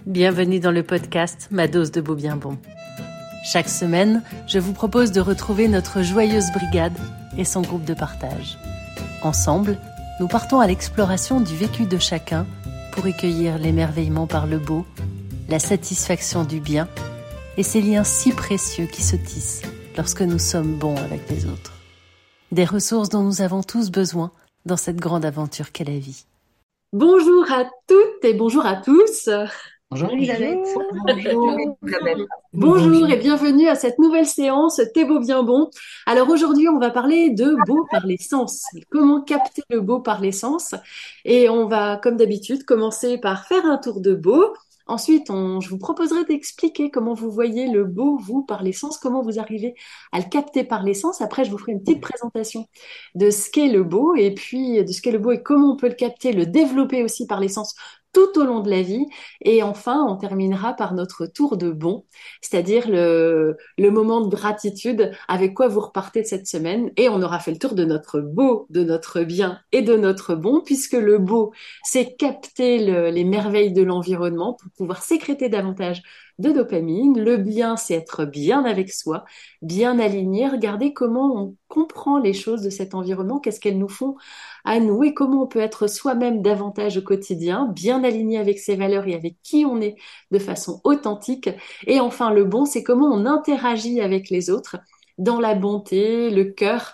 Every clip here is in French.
Bienvenue dans le podcast Ma dose de beau bien bon. Chaque semaine, je vous propose de retrouver notre joyeuse brigade et son groupe de partage. Ensemble, nous partons à l'exploration du vécu de chacun pour recueillir l'émerveillement par le beau, la satisfaction du bien et ces liens si précieux qui se tissent lorsque nous sommes bons avec les autres. Des ressources dont nous avons tous besoin dans cette grande aventure qu'est la vie. Bonjour à toutes et bonjour à tous. Bonjour Elisabeth. Bonjour Isabelle. Bonjour et bienvenue à cette nouvelle séance T'es beau bien bon. Alors aujourd'hui, on va parler de beau par les sens. Comment capter le beau par les sens. Et on va, comme d'habitude, commencer par faire un tour de beau. Ensuite, je vous proposerai d'expliquer comment vous voyez le beau, vous, par les sens, comment vous arrivez à le capter par les sens. Après, je vous ferai une petite présentation de ce qu'est le beau et puis de ce qu'est le beau et comment on peut le capter, le développer aussi par les sens tout au long de la vie. Et enfin, on terminera par notre tour de bon, c'est-à-dire le moment de gratitude, avec quoi vous repartez de cette semaine. Et on aura fait le tour de notre beau, de notre bien et de notre bon, puisque le beau, c'est capter les merveilles de l'environnement pour pouvoir sécréter davantage de dopamine. Le bien, c'est être bien avec soi, bien aligné, regarder comment on comprend les choses de cet environnement, qu'est-ce qu'elles nous font à nous et comment on peut être soi-même davantage au quotidien, bien aligné avec ses valeurs et avec qui on est de façon authentique. Et enfin, le bon, c'est comment on interagit avec les autres dans la bonté, le cœur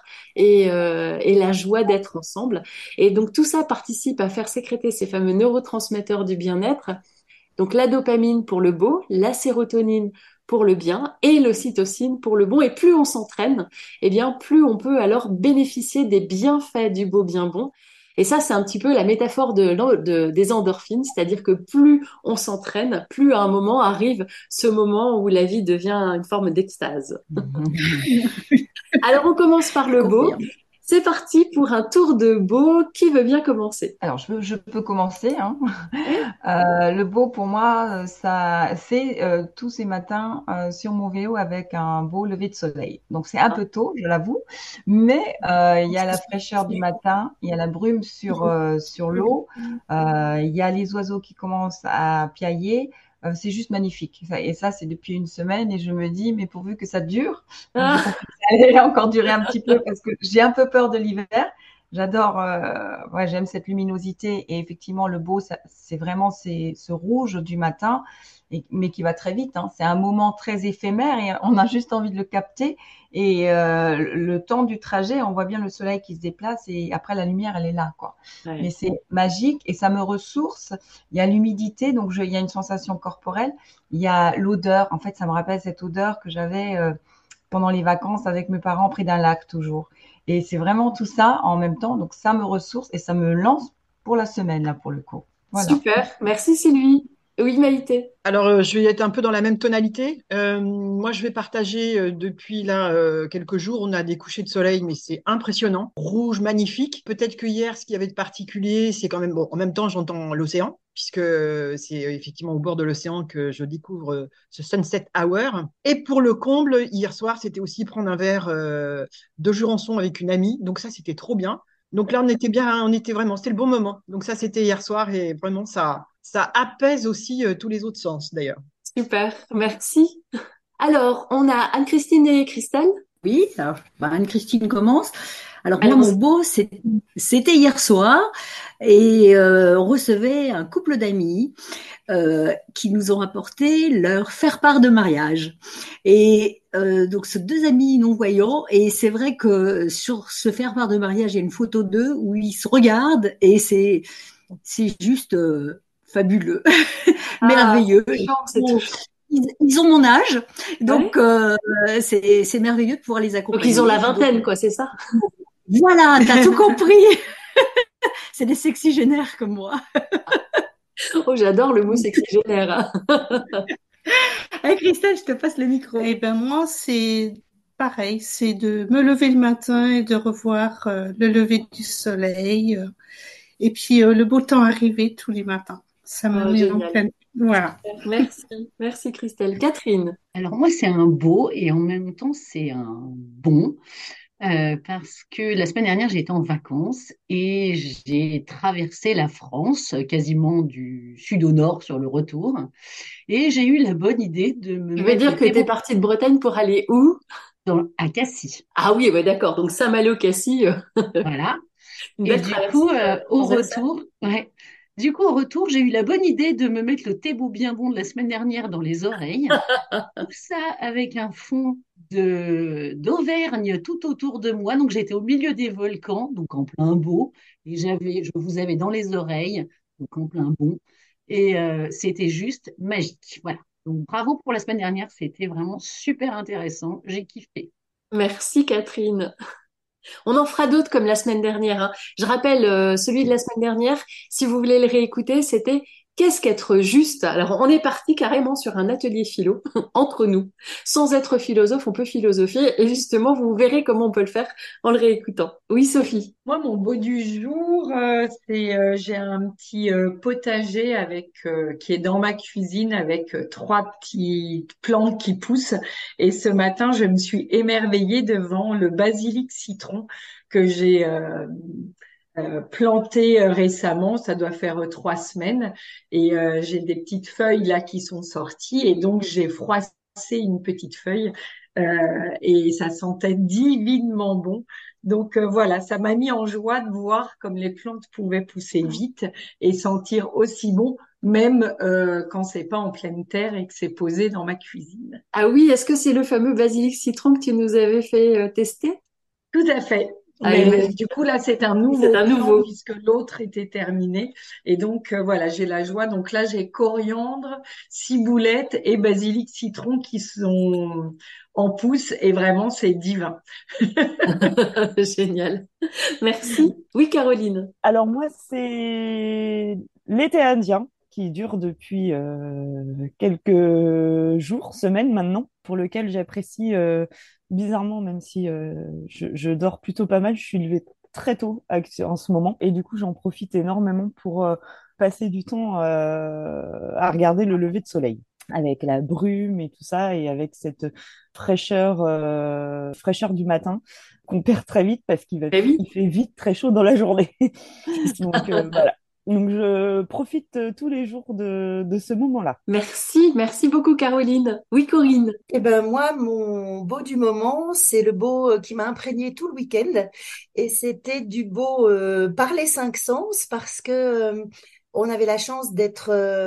et la joie d'être ensemble. Et donc tout ça participe à faire sécréter ces fameux neurotransmetteurs du bien-être. Donc la dopamine pour le beau, la sérotonine pour le bien et l'ocytocine pour le bon. Et plus on s'entraîne, eh bien plus on peut alors bénéficier des bienfaits du beau bien bon. Et ça, c'est un petit peu la métaphore des endorphines, c'est-à-dire que plus on s'entraîne, plus à un moment arrive ce moment où la vie devient une forme d'extase. Alors on commence par le beau. C'est parti pour un tour de beau. Qui veut bien commencer? Alors, je peux commencer. Le beau pour moi, c'est tous ces matins sur mon vélo avec un beau lever de soleil. Donc c'est un peu tôt, je l'avoue, mais il y a la fraîcheur du matin, il y a la brume sur l'eau, il y a les oiseaux qui commencent à piailler. C'est juste magnifique. Et ça, c'est depuis une semaine et je me dis, mais pourvu que ça dure. Donc, j'ai compris que ça allait encore durer un petit peu parce que j'ai un peu peur de l'hiver. J'adore, j'aime cette luminosité et effectivement le beau, c'est vraiment ce rouge du matin, mais qui va très vite. C'est un moment très éphémère et on a juste envie de le capter. Et le temps du trajet, on voit bien le soleil qui se déplace et après la lumière, elle est là, quoi. Ouais. Mais c'est magique et ça me ressource. Il y a l'humidité, donc il y a une sensation corporelle. Il y a l'odeur. En fait, ça me rappelle cette odeur que j'avais pendant les vacances avec mes parents près d'un lac toujours. Et c'est vraiment tout ça en même temps. Donc, ça me ressource et ça me lance pour la semaine, là, pour le coup. Voilà. Super. Merci, Sylvie. Oui, Maïté. Alors, je vais être un peu dans la même tonalité. Moi, je vais partager depuis là quelques jours. On a des couchers de soleil, mais c'est impressionnant. Rouge, magnifique. Peut-être que hier, ce qu'il y avait de particulier, c'est quand même... Bon, en même temps, j'entends l'océan, puisque c'est effectivement au bord de l'océan que je découvre ce sunset hour. Et pour le comble, hier soir, c'était aussi prendre un verre de Jurançon avec une amie. Donc ça, c'était trop bien. Donc là, on était bien, c'était le bon moment. Donc ça, c'était hier soir et vraiment, ça apaise aussi tous les autres sens, d'ailleurs. Super, merci. Alors, on a Anne-Christine et Christelle. Oui, alors, Anne-Christine commence. Alors moi, mon beau, c'était hier soir et on recevait un couple d'amis qui nous ont apporté leur faire-part de mariage. Et donc, ce deux amis non-voyants, et c'est vrai que sur ce faire-part de mariage, il y a une photo d'eux où ils se regardent et c'est juste fabuleux, merveilleux. Ils ont mon âge, donc c'est merveilleux de pouvoir les accompagner. Donc ils ont la vingtaine, quoi, c'est ça? Voilà, t'as tout compris. C'est des sexygénaires comme moi. Oh, j'adore le mot sexygénaire. Hey, Christelle, je te passe le micro. Eh ben moi, c'est pareil, c'est de me lever le matin et de revoir le lever du soleil et puis le beau temps arriver tous les matins. Ça me met en pleine. Voilà. Merci Christelle. Catherine. Alors moi, c'est un beau et en même temps, c'est un bon. parce que la semaine dernière, j'étais en vacances et j'ai traversé la France, quasiment du sud au nord sur le retour. Et j'ai eu la bonne idée de me Je veux mettre dire le que tu es thé partie de Bretagne pour aller où? à Cassis. Ah oui, ouais, d'accord. Donc Saint-Malo-Cassis, Voilà. une Et belle du traversée coup, au transversale. retour, ouais. Du coup, au retour, j'ai eu la bonne idée de me mettre le thé beau bien bon de la semaine dernière dans les oreilles. Tout ça avec un fond d'Auvergne tout autour de moi. Donc, j'étais au milieu des volcans, donc en plein beau. Et je vous avais dans les oreilles, donc en plein bon. Et c'était juste magique. Voilà. Donc, bravo pour la semaine dernière. C'était vraiment super intéressant. J'ai kiffé. Merci Catherine. On en fera d'autres comme la semaine dernière, hein. Je rappelle celui de la semaine dernière, si vous voulez le réécouter, c'était qu'est-ce qu'être juste? Alors on est parti carrément sur un atelier philo entre nous. Sans être philosophe, on peut philosopher et justement vous verrez comment on peut le faire en le réécoutant. Oui Sophie. Moi, mon beau du jour, c'est j'ai un petit potager qui est dans ma cuisine avec trois petites plantes qui poussent. Et ce matin, je me suis émerveillée devant le basilic citron que j'ai planté récemment. Ça doit faire 3 semaines. Et j'ai des petites feuilles là qui sont sorties. Et donc, j'ai froissé une petite feuille et ça sentait divinement bon. Donc voilà, ça m'a mis en joie de voir comme les plantes pouvaient pousser vite et sentir aussi bon, même quand c'est pas en pleine terre et que c'est posé dans ma cuisine. Ah oui, est-ce que c'est le fameux basilic citron que tu nous avais fait tester? Tout à fait. Ah, Mais du coup, là, c'est un c'est nouveau un plant nouveau. puisque l'autre était terminé. Et donc, voilà, j'ai la joie. Donc là, j'ai coriandre, ciboulette et basilic citron qui sont en pousse. Et vraiment, c'est divin. Génial. Merci. Oui Caroline. Alors moi, c'est l'été indien qui dure depuis quelques jours, semaines maintenant, pour lequel j'apprécie bizarrement, même si je dors plutôt pas mal, je suis levée très tôt en ce moment et du coup j'en profite énormément pour passer du temps à regarder le lever de soleil avec la brume et tout ça et avec cette fraîcheur du matin qu'on perd très vite parce Eh oui. il fait vite très chaud dans la journée. Donc voilà. Donc je profite tous les jours de ce moment-là. Merci beaucoup Caroline. Oui Corinne. Eh ben moi, mon beau du moment, c'est le beau qui m'a imprégné tout le week-end, et c'était du beau par les cinq sens parce que on avait la chance d'être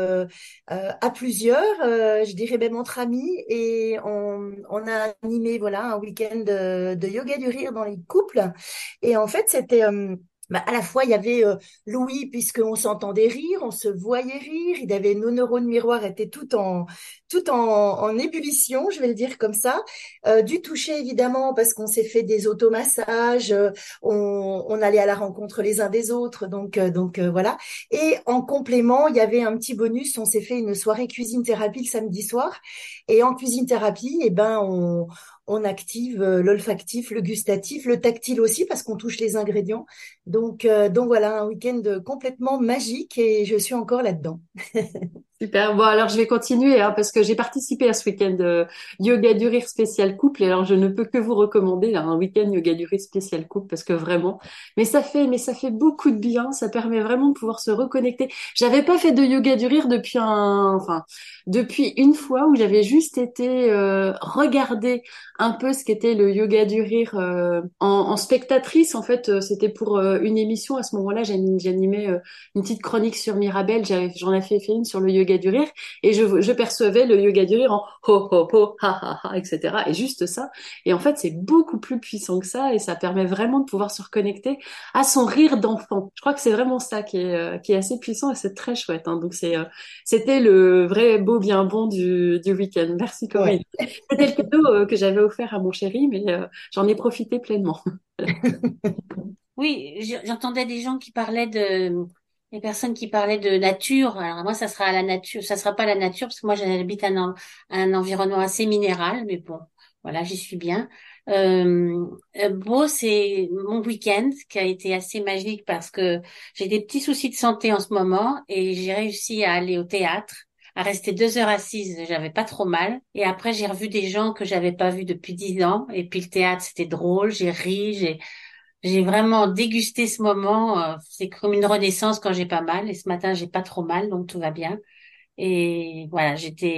à plusieurs, je dirais même entre amis, et on a animé voilà un week-end de yoga du rire dans les couples, et en fait c'était à la fois, il y avait Louis, puisqu'on s'entendait rire, on se voyait rire, il avait nos neurones miroirs étaient en ébullition, je vais le dire comme ça. Du toucher évidemment parce qu'on s'est fait des automassages, on allait à la rencontre les uns des autres, donc voilà. Et en complément, il y avait un petit bonus, on s'est fait une soirée cuisine thérapie le samedi soir. Et en cuisine thérapie, eh ben on active l'olfactif, le gustatif, le tactile aussi parce qu'on touche les ingrédients. Donc voilà, un week-end complètement magique et je suis encore là-dedans. Super. Bon, alors je vais continuer hein, parce que j'ai participé à ce week-end yoga du rire spécial couple. Et alors je ne peux que vous recommander là, un week-end yoga du rire spécial couple parce que vraiment, mais ça fait beaucoup de bien. Ça permet vraiment de pouvoir se reconnecter. J'avais pas fait de yoga du rire depuis une fois où j'avais juste été regarder un peu ce qu'était le yoga du rire en spectatrice. En fait, c'était pour une émission à ce moment-là. J'animais une petite chronique sur Mirabel. J'en ai fait une sur le yoga du rire et je percevais le yoga du rire en ho ho ho ha ha ha etc. Et juste ça. Et en fait, c'est beaucoup plus puissant que ça et ça permet vraiment de pouvoir se reconnecter à son rire d'enfant. Je crois que c'est vraiment ça qui est assez puissant et c'est très chouette. Hein. Donc c'était le vrai beau bien bon du week-end. Merci Corinne. Ouais. C'était le cadeau que j'avais offert à mon chéri, mais j'en ai profité pleinement. Oui, j'entendais des gens qui parlaient des personnes qui parlaient de nature. Alors moi, ça sera la nature, ça sera pas la nature parce que moi, j'habite un environnement assez minéral, mais bon, voilà, j'y suis bien. Beau, c'est mon week-end qui a été assez magique parce que j'ai des petits soucis de santé en ce moment et j'ai réussi à aller au théâtre à rester 2 heures assise, j'avais pas trop mal. Et après, j'ai revu des gens que j'avais pas vus depuis 10 ans. Et puis le théâtre, c'était drôle, j'ai ri, j'ai vraiment dégusté ce moment. C'est comme une renaissance quand j'ai pas mal. Et ce matin, j'ai pas trop mal, donc tout va bien. Et voilà,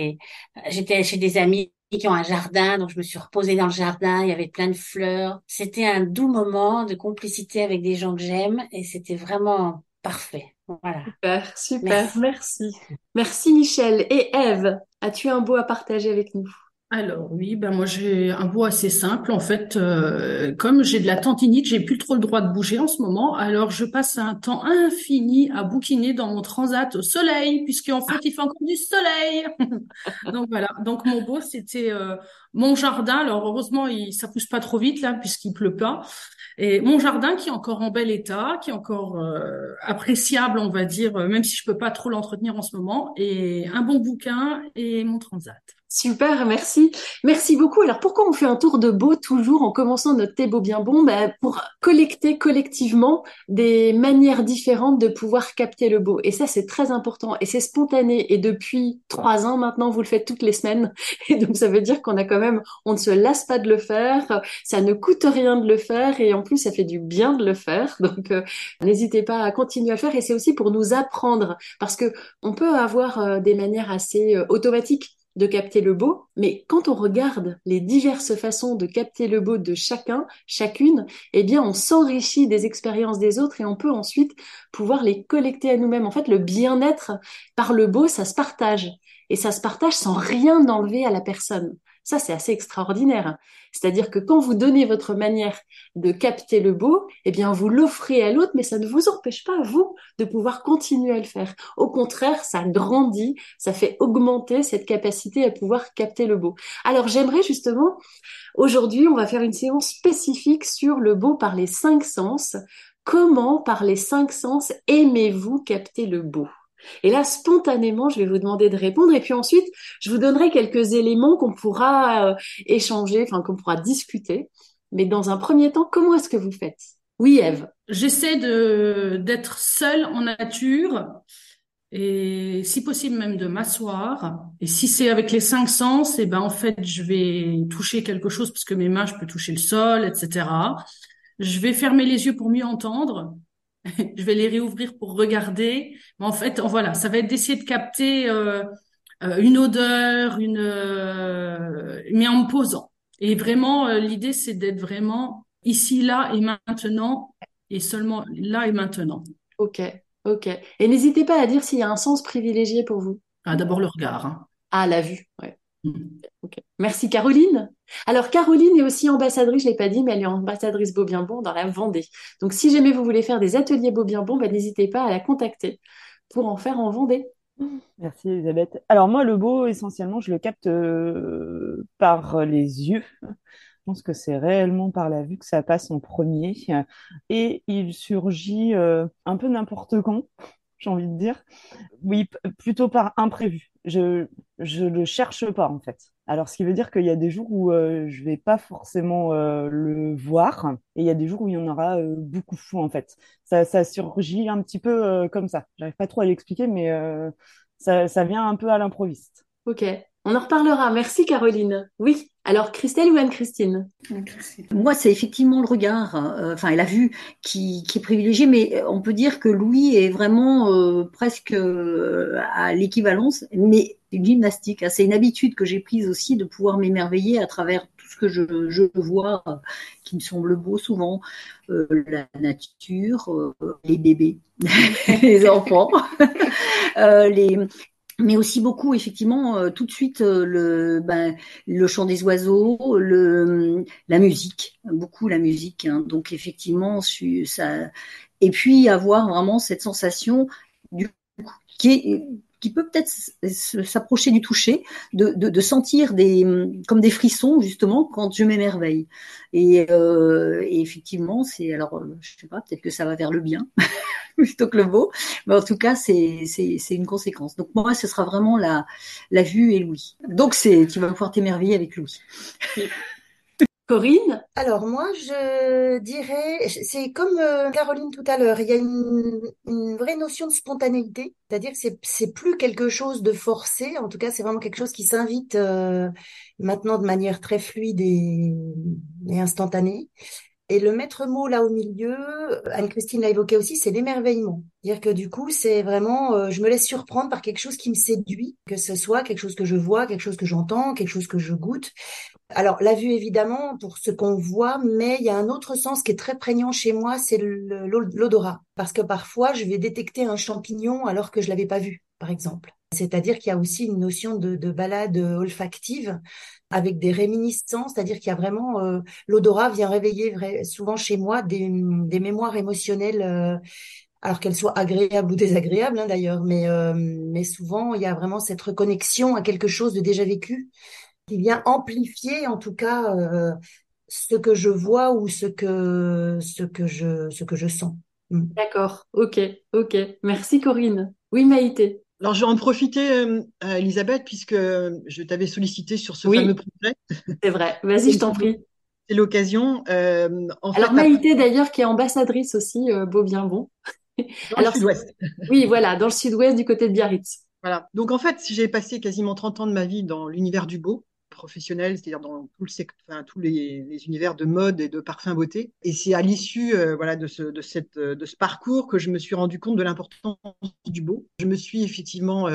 j'étais chez des amis qui ont un jardin, donc je me suis reposée dans le jardin. Il y avait plein de fleurs. C'était un doux moment de complicité avec des gens que j'aime, et c'était vraiment parfait. Voilà. Super, super, Merci. merci. Merci Michel. Et Ève, as-tu un beau à partager avec nous? Alors oui, ben moi j'ai un beau assez simple en fait. Comme j'ai de la tendinite, j'ai plus trop le droit de bouger en ce moment. Alors je passe un temps infini à bouquiner dans mon transat au soleil, puisqu'en fait il fait encore du soleil. Donc voilà. Donc mon beau c'était mon jardin. Alors heureusement ça pousse pas trop vite là puisqu'il pleut pas. Et mon jardin qui est encore en bel état, qui est encore appréciable on va dire, même si je peux pas trop l'entretenir en ce moment. Et un bon bouquin et mon transat. Super, merci. Merci beaucoup. Alors, pourquoi on fait un tour de beau toujours en commençant notre thé beau bien bon? Ben, pour collecter collectivement des manières différentes de pouvoir capter le beau. Et ça, c'est très important. Et c'est spontané. Et depuis 3 ans maintenant, vous le faites toutes les semaines. Et donc, ça veut dire qu'on a quand même, on ne se lasse pas de le faire. Ça ne coûte rien de le faire. Et en plus, ça fait du bien de le faire. Donc, n'hésitez pas à continuer à le faire. Et c'est aussi pour nous apprendre. Parce que on peut avoir des manières assez automatiques de capter le beau, mais quand on regarde les diverses façons de capter le beau de chacun, chacune, eh bien, on s'enrichit des expériences des autres et on peut ensuite pouvoir les collecter à nous-mêmes. En fait, le bien-être par le beau, ça se partage. Et ça se partage sans rien enlever à la personne. Ça, c'est assez extraordinaire. C'est-à-dire que quand vous donnez votre manière de capter le beau, eh bien, vous l'offrez à l'autre, mais ça ne vous empêche pas, vous, de pouvoir continuer à le faire. Au contraire, ça grandit, ça fait augmenter cette capacité à pouvoir capter le beau. Alors, j'aimerais justement, aujourd'hui, on va faire une séance spécifique sur le beau par les 5 sens. Comment, par les 5 sens, aimez-vous capter le beau? Et là, spontanément, je vais vous demander de répondre. Et puis ensuite, je vous donnerai quelques éléments qu'on pourra échanger, enfin qu'on pourra discuter. Mais dans un premier temps, comment est-ce que vous faites? Oui, Ève. J'essaie d'être seule en nature et si possible même de m'asseoir. Et si c'est avec les 5 sens, et ben en fait, je vais toucher quelque chose parce que mes mains, je peux toucher le sol, etc. Je vais fermer les yeux pour mieux entendre. Je vais les réouvrir pour regarder. Mais en fait, voilà, ça va être d'essayer de capter une odeur, mais en me posant. Et vraiment, l'idée, c'est d'être vraiment ici, là et maintenant, et seulement là et maintenant. Ok, ok. Et n'hésitez pas à dire s'il y a un sens privilégié pour vous. Ah, d'abord le regard. Hein. Ah, la vue, ouais. Ok. Merci Caroline. Alors Caroline est aussi ambassadrice, je l'ai pas dit, mais elle est ambassadrice Beau Bien Bon dans la Vendée. Donc si jamais vous voulez faire des ateliers Beau Bien Bon, ben, n'hésitez pas à la contacter pour en faire en Vendée. Merci Elisabeth. Alors moi, le beau, essentiellement, je le capte par les yeux. Je pense que c'est réellement par la vue que ça passe en premier. Et il surgit un peu n'importe quand, j'ai envie de dire. Oui, plutôt par imprévu. Je le cherche pas, en fait. Alors, ce qui veut dire qu'il y a des jours où je vais pas forcément le voir, et il y a des jours où il y en aura beaucoup, en fait. Ça surgit un petit peu comme ça. J'arrive pas trop à l'expliquer, mais ça vient un peu à l'improviste. Ok, on en reparlera. Merci Caroline. Oui, alors Christelle ou Anne-Christine? Moi, c'est effectivement le regard, enfin, et la vue qui est privilégiée, mais on peut dire que Louis est vraiment presque à l'équivalence, mais c'est une gymnastique. Hein. C'est une habitude que j'ai prise aussi de pouvoir m'émerveiller à travers tout ce que je vois, qui me semble beau souvent, la nature, les bébés, les enfants, mais aussi beaucoup, effectivement, tout de suite le chant des oiseaux, la musique, beaucoup la musique. Hein. Donc effectivement, ça. Et puis avoir vraiment cette sensation qui peut peut-être s'approcher du toucher, de sentir comme des frissons justement quand je m'émerveille. Et effectivement, je sais pas, peut-être que ça va vers le bien plutôt que le beau, mais en tout cas, c'est une conséquence. Donc moi, ce sera vraiment la vue et Louis. Donc tu vas pouvoir t'émerveiller avec Louis. Corinne? Alors moi, je dirais, c'est comme Caroline tout à l'heure, il y a une vraie notion de spontanéité, c'est-à-dire que c'est plus quelque chose de forcé, en tout cas c'est vraiment quelque chose qui s'invite maintenant de manière très fluide et instantanée. Et le maître mot là au milieu, Anne-Christine l'a évoqué aussi, c'est l'émerveillement. C'est-à-dire que du coup, c'est vraiment, je me laisse surprendre par quelque chose qui me séduit, que ce soit quelque chose que je vois, quelque chose que j'entends, quelque chose que je goûte. Alors, la vue, évidemment, pour ce qu'on voit, mais il y a un autre sens qui est très prégnant chez moi, c'est l'odorat. Parce que parfois, je vais détecter un champignon alors que je l'avais pas vu, par exemple. C'est-à-dire qu'il y a aussi une notion de balade olfactive avec des réminiscences, c'est-à dire qu'il y a vraiment l'odorat vient réveiller souvent chez moi des mémoires émotionnelles, alors qu'elles soient agréables ou désagréables, hein, d'ailleurs, mais souvent il y a vraiment cette reconnexion à quelque chose de déjà vécu qui vient amplifier en tout cas ce que je vois ou ce que je sens. D'accord, ok, ok. Merci Corinne. Oui, Maïté. Alors, je vais en profiter, Elisabeth, puisque je t'avais sollicité sur ce fameux Oui, projet. c'est vrai. Vas-y, je t'en prie. C'est l'occasion. En Alors fait, Maïté d'ailleurs qui est ambassadrice aussi, beau bien bon. dans le Alors sud-ouest. oui, voilà, dans le sud-ouest du côté de Biarritz. Voilà. Donc, en fait, si j'ai passé quasiment 30 ans de ma vie dans l'univers du beau professionnel, c'est-à-dire dans tous les univers de mode et de parfum beauté. Et c'est à l'issue voilà, de ce parcours que je me suis rendu compte de l'importance du beau. Je me suis effectivement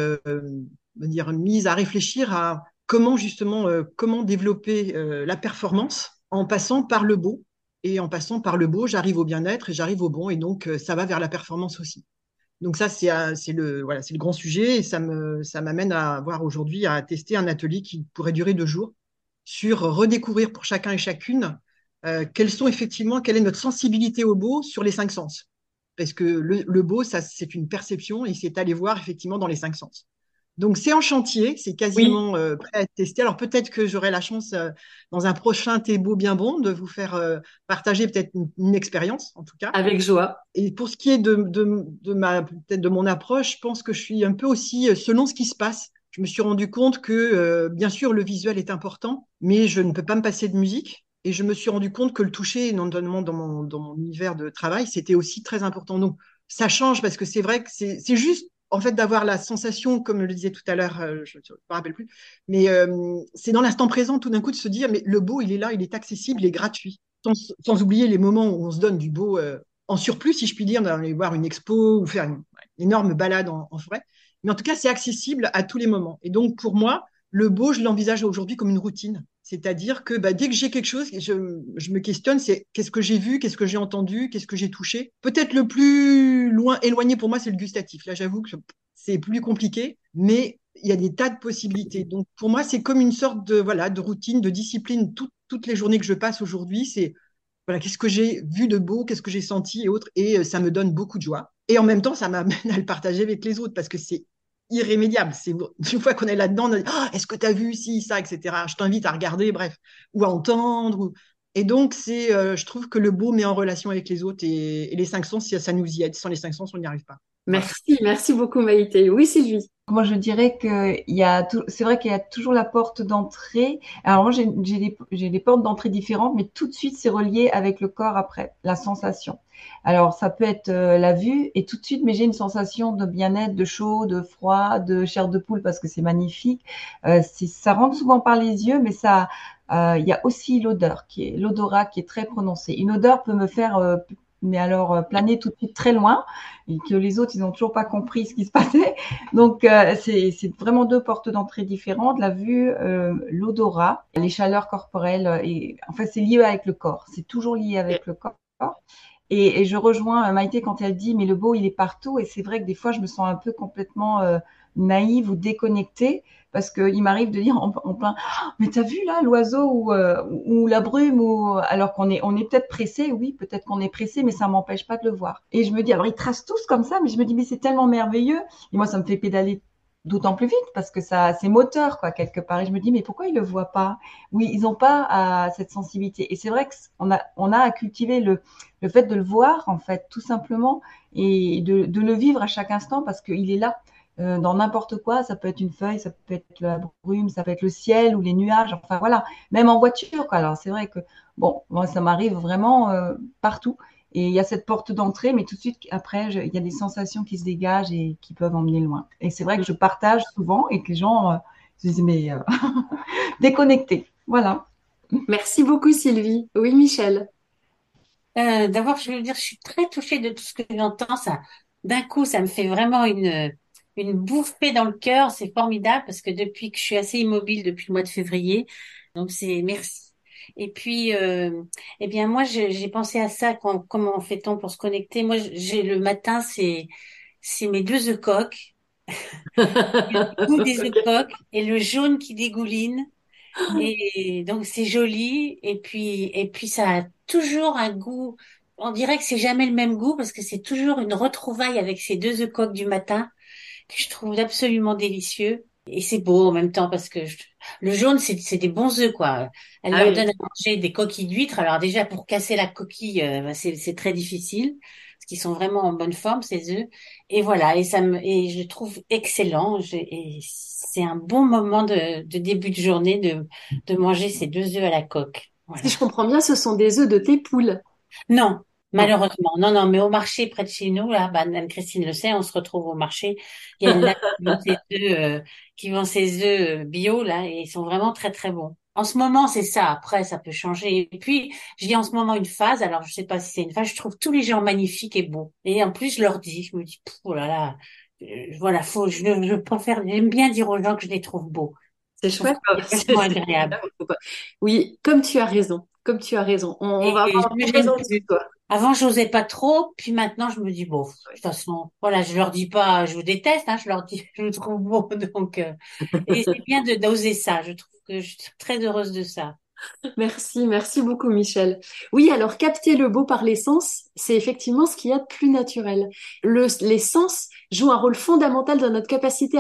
mise à réfléchir à comment justement comment développer la performance en passant par le beau. Et en passant par le beau, j'arrive au bien-être et j'arrive au bon. Et donc, ça va vers la performance aussi. Donc ça, c'est le grand sujet et ça m'amène à avoir aujourd'hui à tester un atelier qui pourrait durer 2 jours sur redécouvrir pour chacun et chacune quelle est notre sensibilité au beau sur les 5 sens. Parce que le beau, ça, c'est une perception et c'est aller voir effectivement dans les 5 sens. Donc c'est en chantier, c'est Oui, quasiment prêt à être testé. Alors peut-être que j'aurai la chance dans un prochain T'es beau bien bon de vous faire partager peut-être une expérience en tout cas. avec joie. Et pour ce qui est peut-être de mon approche, je pense que je suis un peu aussi selon ce qui se passe. Je me suis rendu compte que, bien sûr, le visuel est important, mais je ne peux pas me passer de musique. Et je me suis rendu compte que le toucher, notamment dans mon univers de travail, c'était aussi très important. Donc, ça change parce que c'est vrai que c'est juste, en fait, d'avoir la sensation, comme je le disais tout à l'heure, je ne me rappelle plus, mais c'est dans l'instant présent, tout d'un coup, de se dire, mais le beau, il est là, il est accessible, il est gratuit. Sans oublier les moments où on se donne du beau en surplus, si je puis dire, d'aller voir une expo ou faire une énorme balade en forêt. Mais en tout cas, c'est accessible à tous les moments. Et donc, pour moi, le beau, je l'envisage aujourd'hui comme une routine. C'est-à-dire que dès que j'ai quelque chose, je me questionne, c'est qu'est-ce que j'ai vu, qu'est-ce que j'ai entendu, qu'est-ce que j'ai touché. Peut-être le plus loin, éloigné pour moi, c'est le gustatif. Là, j'avoue que c'est plus compliqué, mais il y a des tas de possibilités. Donc, pour moi, c'est comme une sorte de routine, de discipline. Toutes les journées que je passe aujourd'hui, c'est voilà, qu'est-ce que j'ai vu de beau, qu'est-ce que j'ai senti et autres. Et ça me donne beaucoup de joie. Et en même temps, ça m'amène à le partager avec les autres parce que c'est irrémédiable. C'est une fois qu'on est là-dedans, on dit oh, est-ce que tu as vu ci, ça, etc. Je t'invite à regarder, bref, ou à entendre. Et donc, je trouve que le beau met en relation avec les autres et les 5 sens, ça nous y aide. Sans les 5 sens, on n'y arrive pas. Voilà. Merci beaucoup Maïté. Oui, Sylvie. Moi, je dirais c'est vrai qu'il y a toujours la porte d'entrée. Alors moi, j'ai des portes d'entrée différentes, mais tout de suite, c'est relié avec le corps après, la sensation. Alors, ça peut être la vue et tout de suite, mais j'ai une sensation de bien-être, de chaud, de froid, de chair de poule parce que c'est magnifique. Ça rentre souvent par les yeux, mais il y a aussi l'odorat qui est très prononcé. Une odeur peut me faire mais alors planer tout de suite très loin et que les autres ils n'ont toujours pas compris ce qui se passait. Donc c'est vraiment 2 portes d'entrée différentes, la vue, l'odorat, les chaleurs corporelles et en fait c'est lié avec le corps, c'est toujours lié avec le corps. Et je rejoins Maïté quand elle dit mais le beau il est partout et c'est vrai que des fois je me sens un peu complètement naïve ou déconnectée parce qu'il m'arrive de dire en plein mais t'as vu là l'oiseau ou la brume alors on est peut-être pressé, oui peut-être qu'on est pressé mais ça m'empêche pas de le voir et je me dis alors ils tracent tous comme ça mais je me dis mais c'est tellement merveilleux et moi ça me fait pédaler d'autant plus vite parce que ça c'est moteur quoi quelque part et je me dis mais pourquoi ils le voient pas, oui ils ont pas cette sensibilité et c'est vrai que on a à cultiver le fait de le voir en fait tout simplement et de le vivre à chaque instant parce qu'il est là. dans n'importe quoi. Ça peut être une feuille, ça peut être la brume, ça peut être le ciel ou les nuages. Enfin voilà, même en voiture, quoi. Alors c'est vrai que bon, moi ça m'arrive vraiment partout. Et il y a cette porte d'entrée, mais tout de suite après, il y a des sensations qui se dégagent et qui peuvent emmener loin. Et c'est vrai que je partage souvent et que les gens se disent mais déconnectés. Voilà. Merci beaucoup, Sylvie. Oui, Michel. D'abord, je veux dire, je suis très touchée de tout ce que j'entends. Ça, d'un coup, ça me fait vraiment une bouffée dans le cœur. C'est formidable parce que depuis que je suis assez immobile depuis le mois de février, donc c'est merci. Et puis, eh bien, moi, j'ai pensé à ça. Comment fait-on pour se connecter? Moi, j'ai le matin, c'est mes deux œufs coques, le goût des œufs Ok. coques et le jaune qui dégouline. Et donc c'est joli et puis ça a toujours un goût. On dirait que c'est jamais le même goût parce que c'est toujours une retrouvaille avec ces deux œufs coques du matin que je trouve absolument délicieux. Et c'est beau en même temps parce que le jaune c'est des bons œufs quoi. Elle Ah leur oui. donne à manger des coquilles d'huîtres. Alors déjà pour casser la coquille bah, c'est très difficile parce qu'ils sont vraiment en bonne forme ces œufs. Et voilà et je le trouve excellent. Et c'est un bon moment de début de journée de manger ces deux œufs à la coque. Si Voilà. je comprends bien, ce sont des œufs de tes poules. Non, Non. malheureusement. Non, non, mais au marché près de chez nous, là, bah, Anne-Christine le sait, on se retrouve au marché. Il y a une dame qui vend ses œufs bio, là, et ils sont vraiment très, très bons. En ce moment, c'est ça. Après, ça peut changer. Et puis, je dis en ce moment une phase. Alors, je sais pas si c'est une phase. Je trouve tous les gens magnifiques et beaux. Et en plus, je leur dis, je me dis, pff, oh là là, voilà, je préfère, j'aime bien dire aux gens que je les trouve beaux. C'est Je trouve que chouette. c'est vachement agréable. Oui, comme tu as raison. Comme tu as raison. On Et va avoir je me un gêne raison sur plus. toi. Avant, j'osais pas trop, puis maintenant, je me dis, bon, de toute façon, voilà, je leur dis pas, je vous déteste, hein, je leur dis, je vous trouve beau, donc, et c'est bien d'oser ça, je trouve que je suis très heureuse de ça. Merci, merci beaucoup, Michel. Oui, alors capter le beau par les sens, c'est effectivement ce qu'il y a de plus naturel. Les sens jouent un rôle fondamental dans notre capacité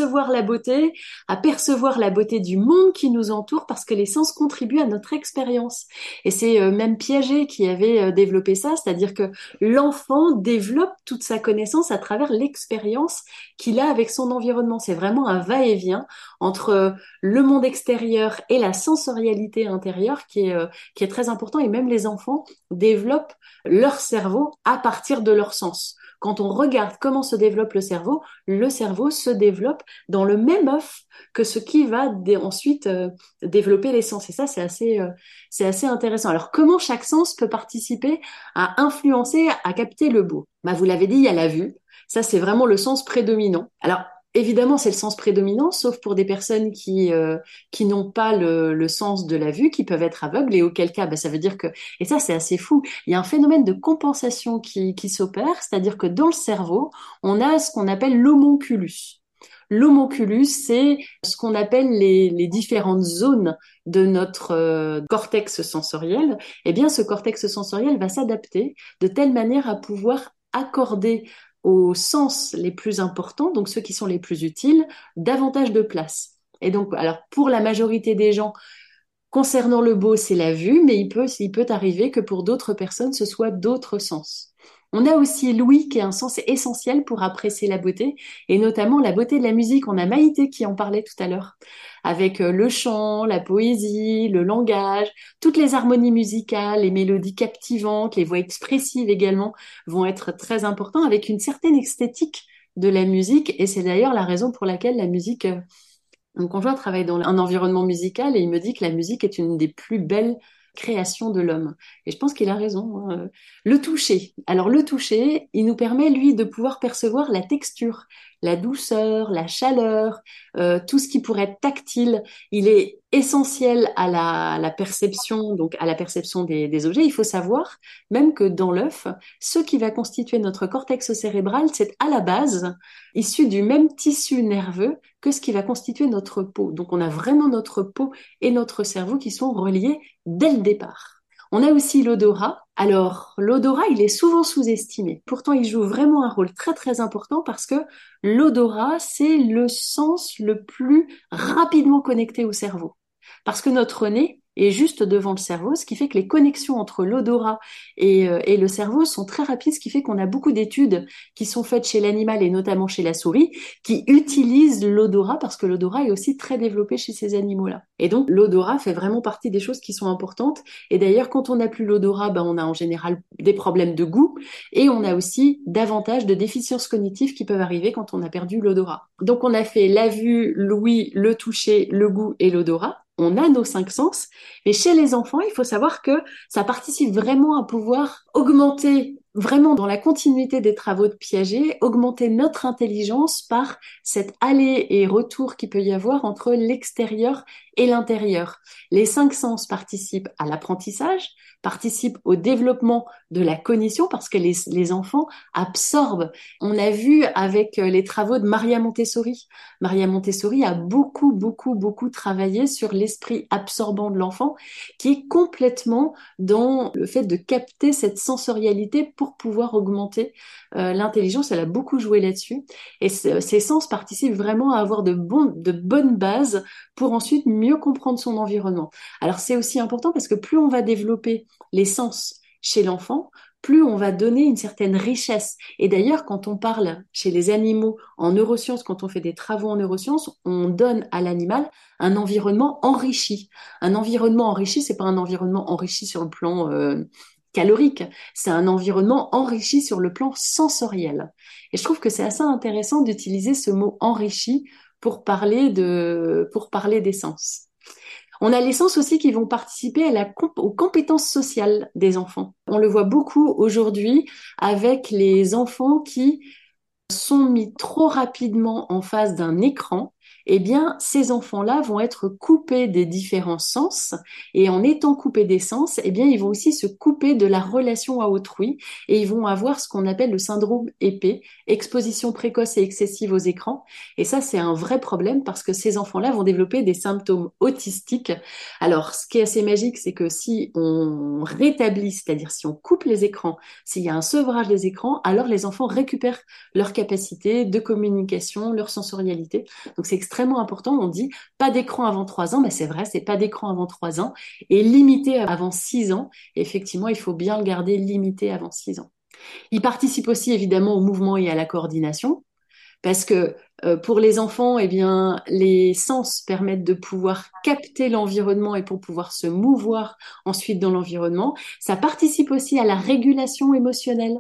à percevoir la beauté du monde qui nous entoure, parce que les sens contribuent à notre expérience. Et c'est même Piaget qui avait développé ça, c'est-à-dire que l'enfant développe toute sa connaissance à travers l'expérience qu'il a avec son environnement. C'est vraiment un va-et-vient entre le monde extérieur et la sensorialité intérieure qui est très important. Et même les enfants développent leur cerveau à partir de leurs sens. Quand on regarde comment se développe le cerveau se développe dans le même œuf que ce qui va ensuite développer les sens. Et ça, c'est assez intéressant. Alors, comment chaque sens peut participer à influencer, à capter le beau? Bah, vous l'avez dit, il y a la vue. Ça, c'est vraiment le sens prédominant. Alors, évidemment, c'est le sens prédominant, sauf pour des personnes qui n'ont pas le sens de la vue, qui peuvent être aveugles, et auquel cas, bah, ça veut dire que, et ça c'est assez fou, il y a un phénomène de compensation qui s'opère, c'est-à-dire que dans le cerveau, on a ce qu'on appelle l'homonculus. L'homonculus, c'est ce qu'on appelle les différentes zones de notre cortex sensoriel. Eh bien, ce cortex sensoriel va s'adapter de telle manière à pouvoir accorder aux sens les plus importants, donc ceux qui sont les plus utiles, davantage de place. Et donc, alors pour la majorité des gens, concernant le beau, c'est la vue, mais il peut arriver que pour d'autres personnes, ce soit d'autres sens. On a aussi l'ouïe, qui est un sens essentiel pour apprécier la beauté, et notamment la beauté de la musique. On a Maïté qui en parlait tout à l'heure, avec le chant, la poésie, le langage, toutes les harmonies musicales, les mélodies captivantes, les voix expressives également vont être très importants, avec une certaine esthétique de la musique, et c'est d'ailleurs la raison pour laquelle la musique mon conjoint travaille dans un environnement musical et il me dit que la musique est une des plus belles créations de l'homme. Et je pense qu'il a raison, hein. Le toucher. Alors le toucher, il nous permet, lui, de pouvoir percevoir la texture, la douceur, la chaleur, tout ce qui pourrait être tactile. Il est essentiel à la perception, donc à la perception des objets. Il faut savoir, même que dans l'œuf, ce qui va constituer notre cortex cérébral, c'est à la base issu du même tissu nerveux que ce qui va constituer notre peau. Donc on a vraiment notre peau et notre cerveau qui sont reliés dès le départ. On a aussi l'odorat. Alors l'odorat, il est souvent sous-estimé. Pourtant, il joue vraiment un rôle très très important parce que l'odorat, c'est le sens le plus rapidement connecté au cerveau. Parce que notre nez, est juste devant le cerveau, ce qui fait que les connexions entre l'odorat et le cerveau sont très rapides, ce qui fait qu'on a beaucoup d'études qui sont faites chez l'animal et notamment chez la souris, qui utilisent l'odorat parce que l'odorat est aussi très développé chez ces animaux-là. Et donc, l'odorat fait vraiment partie des choses qui sont importantes. Et d'ailleurs, quand on n'a plus l'odorat, on a en général des problèmes de goût et on a aussi davantage de déficiences cognitives qui peuvent arriver quand on a perdu l'odorat. Donc, on a fait la vue, l'ouïe, le toucher, le goût et l'odorat. On a nos 5 sens, mais chez les enfants, il faut savoir que ça participe vraiment à pouvoir augmenter, vraiment dans la continuité des travaux de Piaget, augmenter notre intelligence par cet aller et retour qu'il peut y avoir entre l'extérieur et l'intérieur. Les 5 sens participent à l'apprentissage, participent au développement de la cognition parce que les enfants absorbent. On a vu avec les travaux de Maria Montessori. Maria Montessori a beaucoup travaillé sur l'esprit absorbant de l'enfant qui est complètement dans le fait de capter cette sensorialité pour pouvoir augmenter l'intelligence. Elle a beaucoup joué là-dessus et ces sens participent vraiment à avoir de bonnes bases pour ensuite mieux comprendre son environnement. Alors c'est aussi important parce que plus on va développer les sens chez l'enfant, plus on va donner une certaine richesse. Et d'ailleurs, quand on parle chez les animaux en neurosciences, quand on fait des travaux en neurosciences, on donne à l'animal un environnement enrichi. Un environnement enrichi, c'est pas un environnement enrichi sur le plan calorique, c'est un environnement enrichi sur le plan sensoriel. Et je trouve que c'est assez intéressant d'utiliser ce mot enrichi pour parler des sens. On a les sens aussi qui vont participer aux compétences sociales des enfants. On le voit beaucoup aujourd'hui avec les enfants qui sont mis trop rapidement en face d'un écran. Eh bien, ces enfants-là vont être coupés des différents sens et en étant coupés des sens, eh bien, ils vont aussi se couper de la relation à autrui et ils vont avoir ce qu'on appelle le syndrome épée, exposition précoce et excessive aux écrans. Et ça, c'est un vrai problème parce que ces enfants-là vont développer des symptômes autistiques. Alors, ce qui est assez magique, c'est que si on rétablit, c'est-à-dire si on coupe les écrans, s'il y a un sevrage des écrans, alors les enfants récupèrent leur capacité de communication, leur sensorialité. Donc, c'est extrêmement important. On dit pas d'écran avant 3 ans, mais c'est vrai, c'est pas d'écran avant 3 ans et limité avant 6 ans. Et effectivement, il faut bien le garder limité avant 6 ans. Il participe aussi évidemment au mouvement et à la coordination parce que pour les enfants, eh bien, les sens permettent de pouvoir capter l'environnement et pour pouvoir se mouvoir ensuite dans l'environnement. Ça participe aussi à la régulation émotionnelle.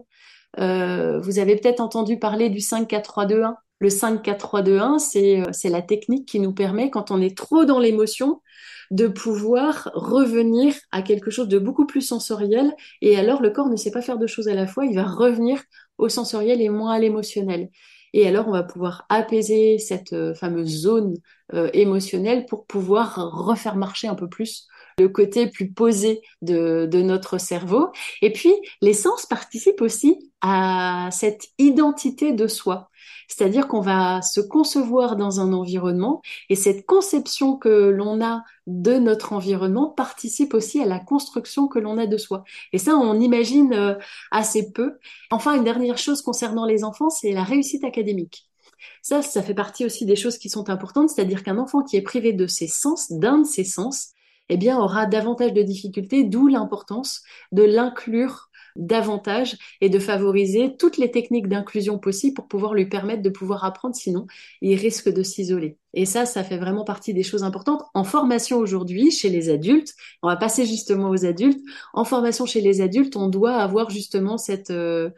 Vous avez peut-être entendu parler du 5-4-3-2-1. Le 5-4-3-2-1, c'est la technique qui nous permet, quand on est trop dans l'émotion, de pouvoir revenir à quelque chose de beaucoup plus sensoriel. Et alors, le corps ne sait pas faire deux choses à la fois. Il va revenir au sensoriel et moins à l'émotionnel. Et alors, on va pouvoir apaiser cette fameuse zone émotionnelle pour pouvoir refaire marcher un peu plus le côté plus posé de notre cerveau. Et puis, les sens participent aussi à cette identité de soi. C'est-à-dire qu'on va se concevoir dans un environnement et cette conception que l'on a de notre environnement participe aussi à la construction que l'on a de soi. Et ça, on imagine assez peu. Enfin, une dernière chose concernant les enfants, c'est la réussite académique. Ça fait partie aussi des choses qui sont importantes, c'est-à-dire qu'un enfant qui est privé de ses sens, d'un de ses sens, eh bien, aura davantage de difficultés, d'où l'importance de l'inclure davantage et de favoriser toutes les techniques d'inclusion possibles pour pouvoir lui permettre de pouvoir apprendre, sinon il risque de s'isoler. Et ça fait vraiment partie des choses importantes. En formation aujourd'hui, chez les adultes, on va passer justement aux adultes, en formation chez les adultes, on doit avoir justement ce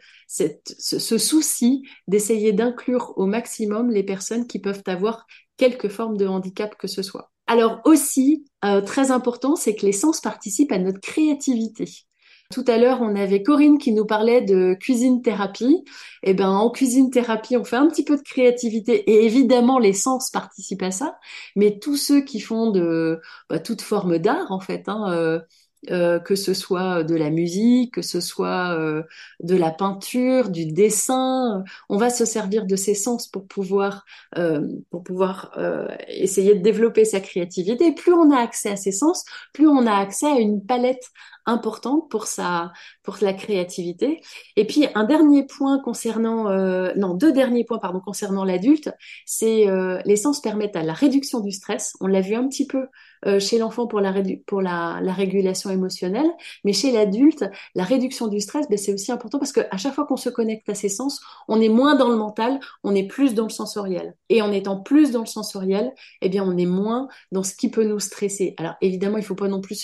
souci d'essayer d'inclure au maximum les personnes qui peuvent avoir quelque forme de handicap que ce soit. Alors aussi, très important, c'est que les sens participent à notre créativité. Tout à l'heure, on avait Corinne qui nous parlait de cuisine thérapie. Eh ben, en cuisine thérapie, on fait un petit peu de créativité et évidemment, les sens participent à ça. Mais tous ceux qui font toute forme d'art, en fait, que ce soit de la musique, que ce soit de la peinture, du dessin, on va se servir de ces sens pour pouvoir essayer de développer sa créativité. Et plus on a accès à ces sens, plus on a accès à une palette importante pour la créativité. Et puis un dernier point concernant, non, deux derniers points pardon concernant l'adulte, c'est les sens permettent à la réduction du stress. On l'a vu un petit peu chez l'enfant pour la régulation émotionnelle, mais chez l'adulte, la réduction du stress, ben, c'est aussi important parce que à chaque fois qu'on se connecte à ses sens, on est moins dans le mental, on est plus dans le sensoriel. Et en étant plus dans le sensoriel, eh bien, on est moins dans ce qui peut nous stresser. Alors, évidemment, il faut pas non plus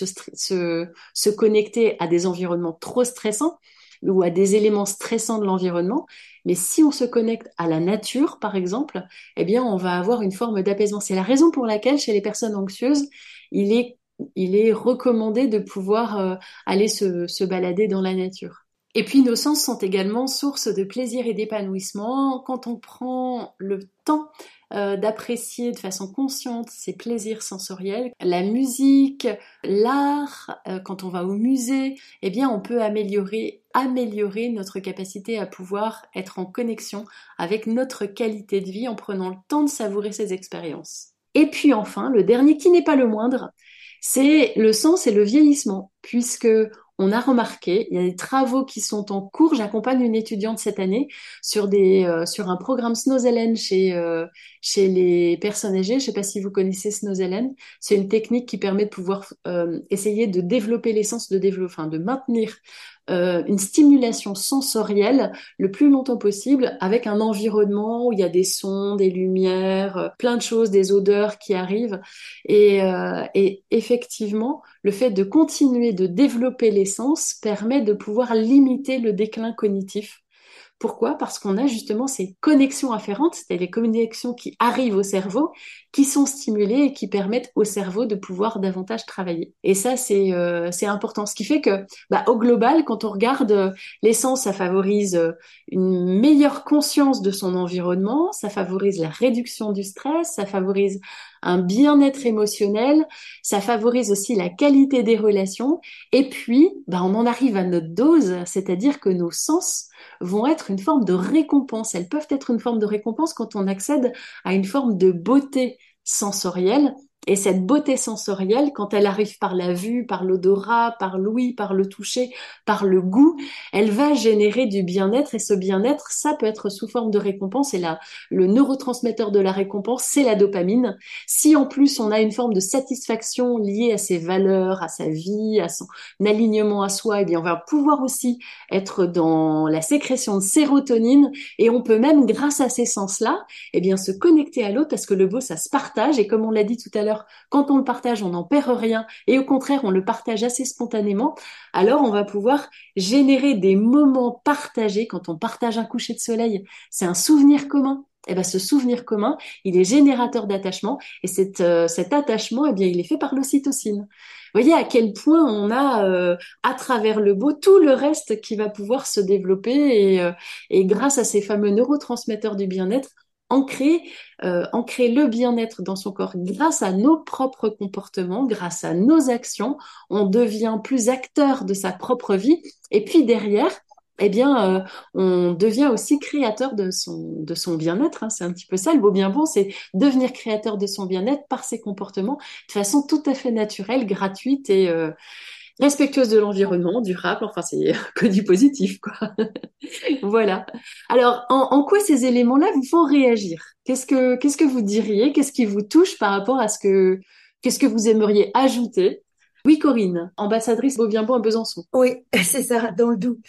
se connecter à des environnements trop stressants ou à des éléments stressants de l'environnement. Mais si on se connecte à la nature, par exemple, eh bien, on va avoir une forme d'apaisement. C'est la raison pour laquelle, chez les personnes anxieuses, il est recommandé de pouvoir aller se balader dans la nature. Et puis nos sens sont également source de plaisir et d'épanouissement. Quand on prend le temps d'apprécier de façon consciente ces plaisirs sensoriels, la musique, l'art, quand on va au musée, eh bien on peut améliorer notre capacité à pouvoir être en connexion avec notre qualité de vie en prenant le temps de savourer ces expériences. Et puis enfin, le dernier qui n'est pas le moindre, c'est le sens et le vieillissement, puisque on a remarqué, il y a des travaux qui sont en cours. J'accompagne une étudiante cette année sur un programme Snozellen chez les personnes âgées. Je ne sais pas si vous connaissez Snozellen. C'est une technique qui permet de pouvoir essayer de développer les sens, de maintenir une stimulation sensorielle le plus longtemps possible avec un environnement où il y a des sons, des lumières, plein de choses, des odeurs qui arrivent. Et effectivement, le fait de continuer de développer les sens permet de pouvoir limiter le déclin cognitif. Pourquoi? Parce qu'on a justement ces connexions afférentes, c'est-à-dire les connexions qui arrivent au cerveau, qui sont stimulées et qui permettent au cerveau de pouvoir davantage travailler. Et ça, c'est important. Ce qui fait que, au global, quand on regarde les sens, ça favorise une meilleure conscience de son environnement, ça favorise la réduction du stress, ça favorise un bien-être émotionnel, ça favorise aussi la qualité des relations. Et puis, on en arrive à notre dose, c'est-à-dire que nos sens vont être une forme de récompense. Elles peuvent être une forme de récompense quand on accède à une forme de beauté sensorielle. Et cette beauté sensorielle, quand elle arrive par la vue, par l'odorat, par l'ouïe, par le toucher, par le goût, elle va générer du bien-être. Et ce bien-être, ça peut être sous forme de récompense. Et là, le neurotransmetteur de la récompense, c'est la dopamine. Si en plus on a une forme de satisfaction liée à ses valeurs, à sa vie, à son alignement à soi, eh bien on va pouvoir aussi être dans la sécrétion de sérotonine. Et on peut même, grâce à ces sens-là, eh bien se connecter à l'autre parce que le beau, ça se partage. Et comme on l'a dit tout à l'heure, quand on le partage, on n'en perd rien et au contraire, on le partage assez spontanément. Alors, on va pouvoir générer des moments partagés. Quand on partage un coucher de soleil, c'est un souvenir commun. Et ben, ce souvenir commun, il est générateur d'attachement et cet attachement, eh bien, il est fait par l'ocytocine. Vous voyez à quel point on a, à travers le beau, tout le reste qui va pouvoir se développer et grâce à ces fameux neurotransmetteurs du bien-être, ancrer le bien-être dans son corps grâce à nos propres comportements, grâce à nos actions, on devient plus acteur de sa propre vie et puis derrière, eh bien, on devient aussi créateur de son bien-être. Hein. C'est un petit peu ça, le beau bien bon, c'est devenir créateur de son bien-être par ses comportements de façon tout à fait naturelle, gratuite et respectueuse de l'environnement, durable. Enfin, c'est que du positif, quoi. Voilà. Alors, en quoi ces éléments-là vous font réagir? Qu'est-ce que vous diriez? Qu'est-ce qui vous touche par rapport à qu'est-ce que vous aimeriez ajouter? Oui, Corinne, ambassadrice Beau Bien Bon à Besançon. Oui, c'est ça, dans le Doubs.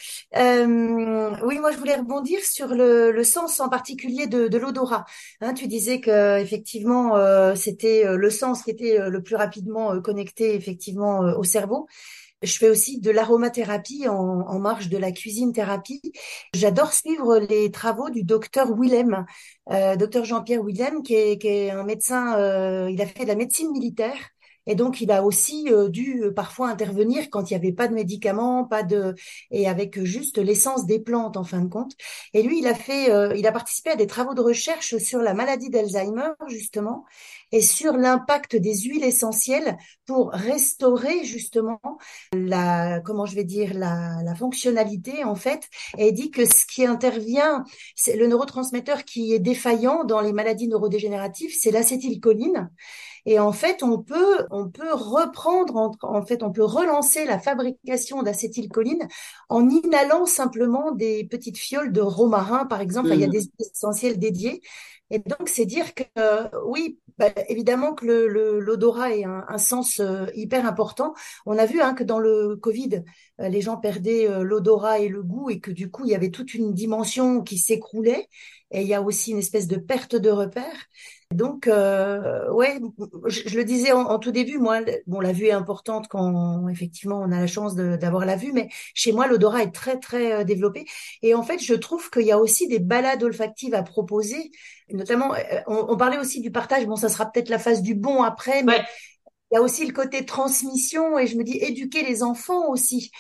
Oui, moi je voulais rebondir sur le sens en particulier de l'odorat. Hein, tu disais que effectivement c'était le sens qui était le plus rapidement connecté effectivement au cerveau. Je fais aussi de l'aromathérapie en marge de la cuisine thérapie. J'adore suivre les travaux du docteur Willem, docteur Jean-Pierre Willem, qui est un médecin. Il a fait de la médecine militaire. Et donc, il a aussi dû parfois intervenir quand il n'y avait pas de médicaments, et avec juste l'essence des plantes en fin de compte. Et lui, il a participé à des travaux de recherche sur la maladie d'Alzheimer justement. et sur l'impact des huiles essentielles pour restaurer justement comment je vais dire, la fonctionnalité en fait. Et il dit que ce qui intervient, c'est le neurotransmetteur qui est défaillant dans les maladies neurodégénératives, c'est l'acétylcholine. Et en fait, on peut reprendre, en fait, on peut relancer la fabrication d'acétylcholine en inhalant simplement des petites fioles de romarin, par exemple. Enfin, il y a des huiles essentielles dédiées. Et donc, c'est dire que oui, évidemment que l'odorat est un sens hyper important. On a vu que dans le Covid, les gens perdaient l'odorat et le goût et que du coup, il y avait toute une dimension qui s'écroulait. Et il y a aussi une espèce de perte de repère. Donc, ouais, je le disais en tout début, moi, bon, la vue est importante quand effectivement on a la chance d'avoir la vue, mais chez moi, l'odorat est très, très développé. Et en fait, je trouve qu'il y a aussi des balades olfactives à proposer, notamment, on parlait aussi du partage. Bon, ça sera peut-être la phase du bon après, mais il y a aussi le côté transmission et je me dis éduquer les enfants aussi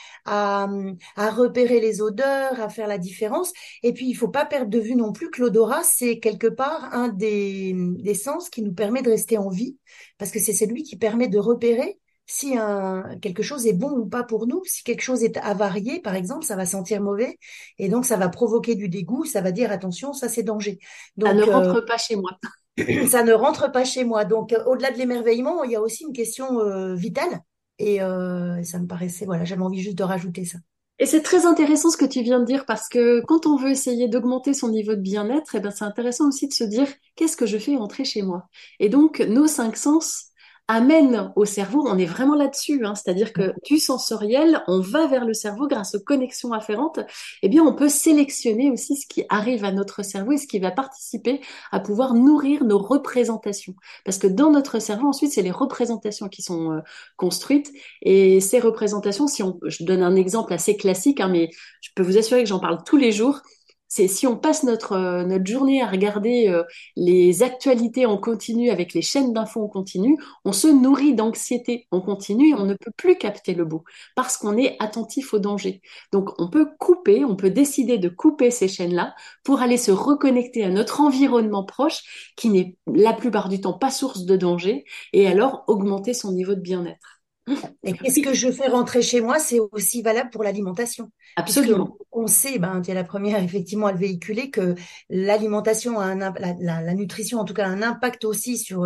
à repérer les odeurs, à faire la différence. Et puis, il faut pas perdre de vue non plus que l'odorat, c'est quelque part un des sens qui nous permet de rester en vie parce que c'est celui qui permet de repérer si quelque chose est bon ou pas pour nous. Si quelque chose est avarié, par exemple, ça va sentir mauvais et donc ça va provoquer du dégoût, ça va dire attention, ça c'est danger. Ça Donc, ne rentre pas chez moi. ça ne rentre pas chez moi. Donc, au-delà de l'émerveillement, il y a aussi une question vitale. Et ça me paraissait, voilà, j'avais envie juste de rajouter ça. Et c'est très intéressant ce que tu viens de dire parce que quand on veut essayer d'augmenter son niveau de bien-être, eh ben c'est intéressant aussi de se dire qu'est-ce que je fais entrer chez moi. Et donc nos cinq sens amènent au cerveau, on est vraiment là-dessus, c'est-à-dire que du sensoriel, on va vers le cerveau grâce aux connexions afférentes. Eh bien, on peut sélectionner aussi ce qui arrive à notre cerveau et ce qui va participer à pouvoir nourrir nos représentations. Parce que dans notre cerveau, ensuite, c'est les représentations qui sont construites. Et ces représentations, je donne un exemple assez classique, mais je peux vous assurer que j'en parle tous les jours, c'est si on passe notre journée à regarder les actualités en continu avec les chaînes d'infos en continu, on se nourrit d'anxiété en continu et on ne peut plus capter le beau parce qu'on est attentif au danger. Donc on peut décider de couper ces chaînes-là pour aller se reconnecter à notre environnement proche qui n'est la plupart du temps pas source de danger et alors augmenter son niveau de bien-être. Et qu'est-ce que je fais rentrer chez moi, c'est aussi valable pour l'alimentation. Absolument. On sait, tu es la première effectivement à le véhiculer, que l'alimentation a la nutrition en tout cas a un impact aussi sur